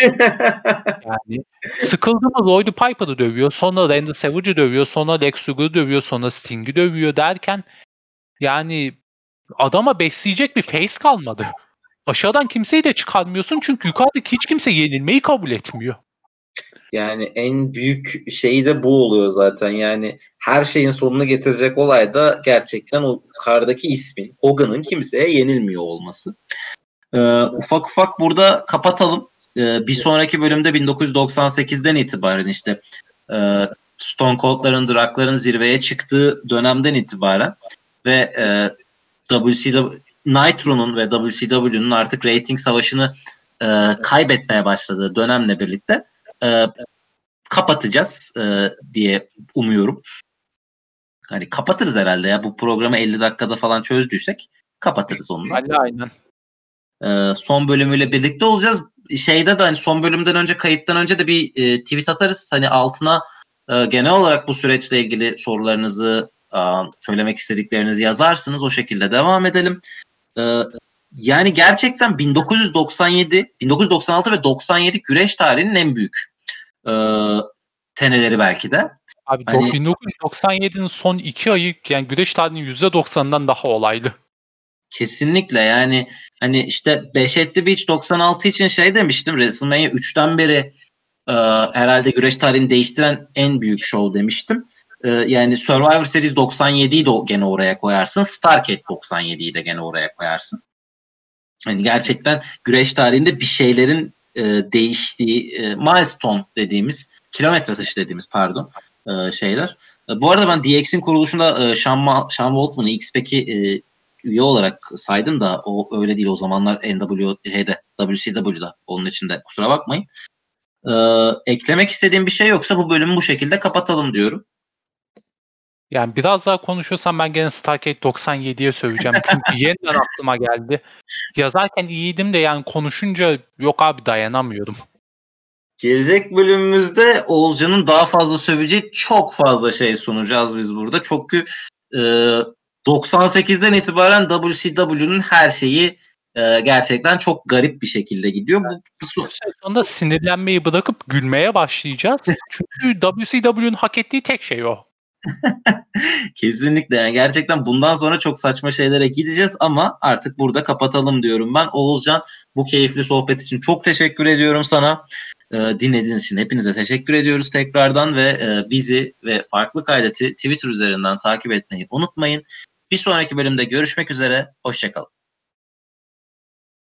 Yani sıkıldı mı Roddy Piper'ı dövüyor, sonra Randy Savage'ı dövüyor, sonra Lex Luger'ı dövüyor, sonra Sting'i dövüyor derken yani adama besleyecek bir face kalmadı. Aşağıdan kimseyi de çıkarmıyorsun çünkü yukarıdaki hiç kimse yenilmeyi kabul etmiyor. Yani en büyük şeyi de bu oluyor zaten. Yani her şeyin sonunu getirecek olay da gerçekten o yukarıdaki ismin, Hogan'ın kimseye yenilmiyor olması. Ee, ufak ufak burada kapatalım. Ee, bir sonraki bölümde bin dokuz yüz doksan sekizden itibaren işte e, Stone Cold'ların, Drak'ların zirveye çıktığı dönemden itibaren ve e, W C W Nitro'nun ve W C W'nun artık rating savaşını e, kaybetmeye başladığı dönemle birlikte e, kapatacağız e, diye umuyorum. Hani kapatırız herhalde ya. Bu programı elli dakikada falan çözdüysek kapatırız onunla. Aynen aynen. E, son bölümüyle birlikte olacağız. Şeyde de hani son bölümden önce kayıttan önce de bir e, tweet atarız. Hani altına e, genel olarak bu süreçle ilgili sorularınızı e, söylemek istediklerinizi yazarsınız. O şekilde devam edelim. E, yani gerçekten bin dokuz yüz doksan yedi, bin dokuz yüz doksan altı ve doksan yedi güreş tarihinin en büyük e, seneleri belki de. Abi hani, bin dokuz yüz doksan yedinin son iki ayı yani güreş tarihinin yüzde doksanından daha olaylı. Kesinlikle yani hani işte Bash at the Beach doksan altı için şey demiştim, WrestleMania üçten beri e, herhalde güreş tarihini değiştiren en büyük show demiştim. E, yani Survivor Series doksan yediyi de gene oraya koyarsın. Starrcade doksan yediyi de gene oraya koyarsın. Hani gerçekten güreş tarihinde bir şeylerin e, değiştiği e, milestone dediğimiz, kilometre taşı dediğimiz pardon e, şeyler. E, bu arada ben D X'in kuruluşunda e, Sean, Ma- Sean Waltman'ı, X-Pac'i e, üye olarak saydım da o öyle değil, o zamanlar N W H'de, W C W'da, onun için de kusura bakmayın. Ee, eklemek istediğim bir şey yoksa bu bölümü bu şekilde kapatalım diyorum. Yani biraz daha konuşursam ben gene Starcade doksan yediye söveceğim. Çünkü yeniden aklıma geldi. Yazarken iyiydim de yani konuşunca yok abi, dayanamıyorum. Gelecek bölümümüzde Oğulcan'ın daha fazla söveceği çok fazla şey sunacağız biz burada. Çünkü e, doksan sekizden itibaren W C W'nun her şeyi e, gerçekten çok garip bir şekilde gidiyor. Bu, bu sonunda sinirlenmeyi bırakıp gülmeye başlayacağız. Çünkü W C W'nun hak ettiği tek şey o. Kesinlikle, yani gerçekten bundan sonra çok saçma şeylere gideceğiz ama artık burada kapatalım diyorum ben. Oğulcan, bu keyifli sohbet için çok teşekkür ediyorum sana. Ee, dinlediğiniz için hepinize teşekkür ediyoruz tekrardan ve e, bizi ve Farklı Kaydet'i Twitter üzerinden takip etmeyi unutmayın. Bir sonraki bölümde görüşmek üzere, hoşça kalın.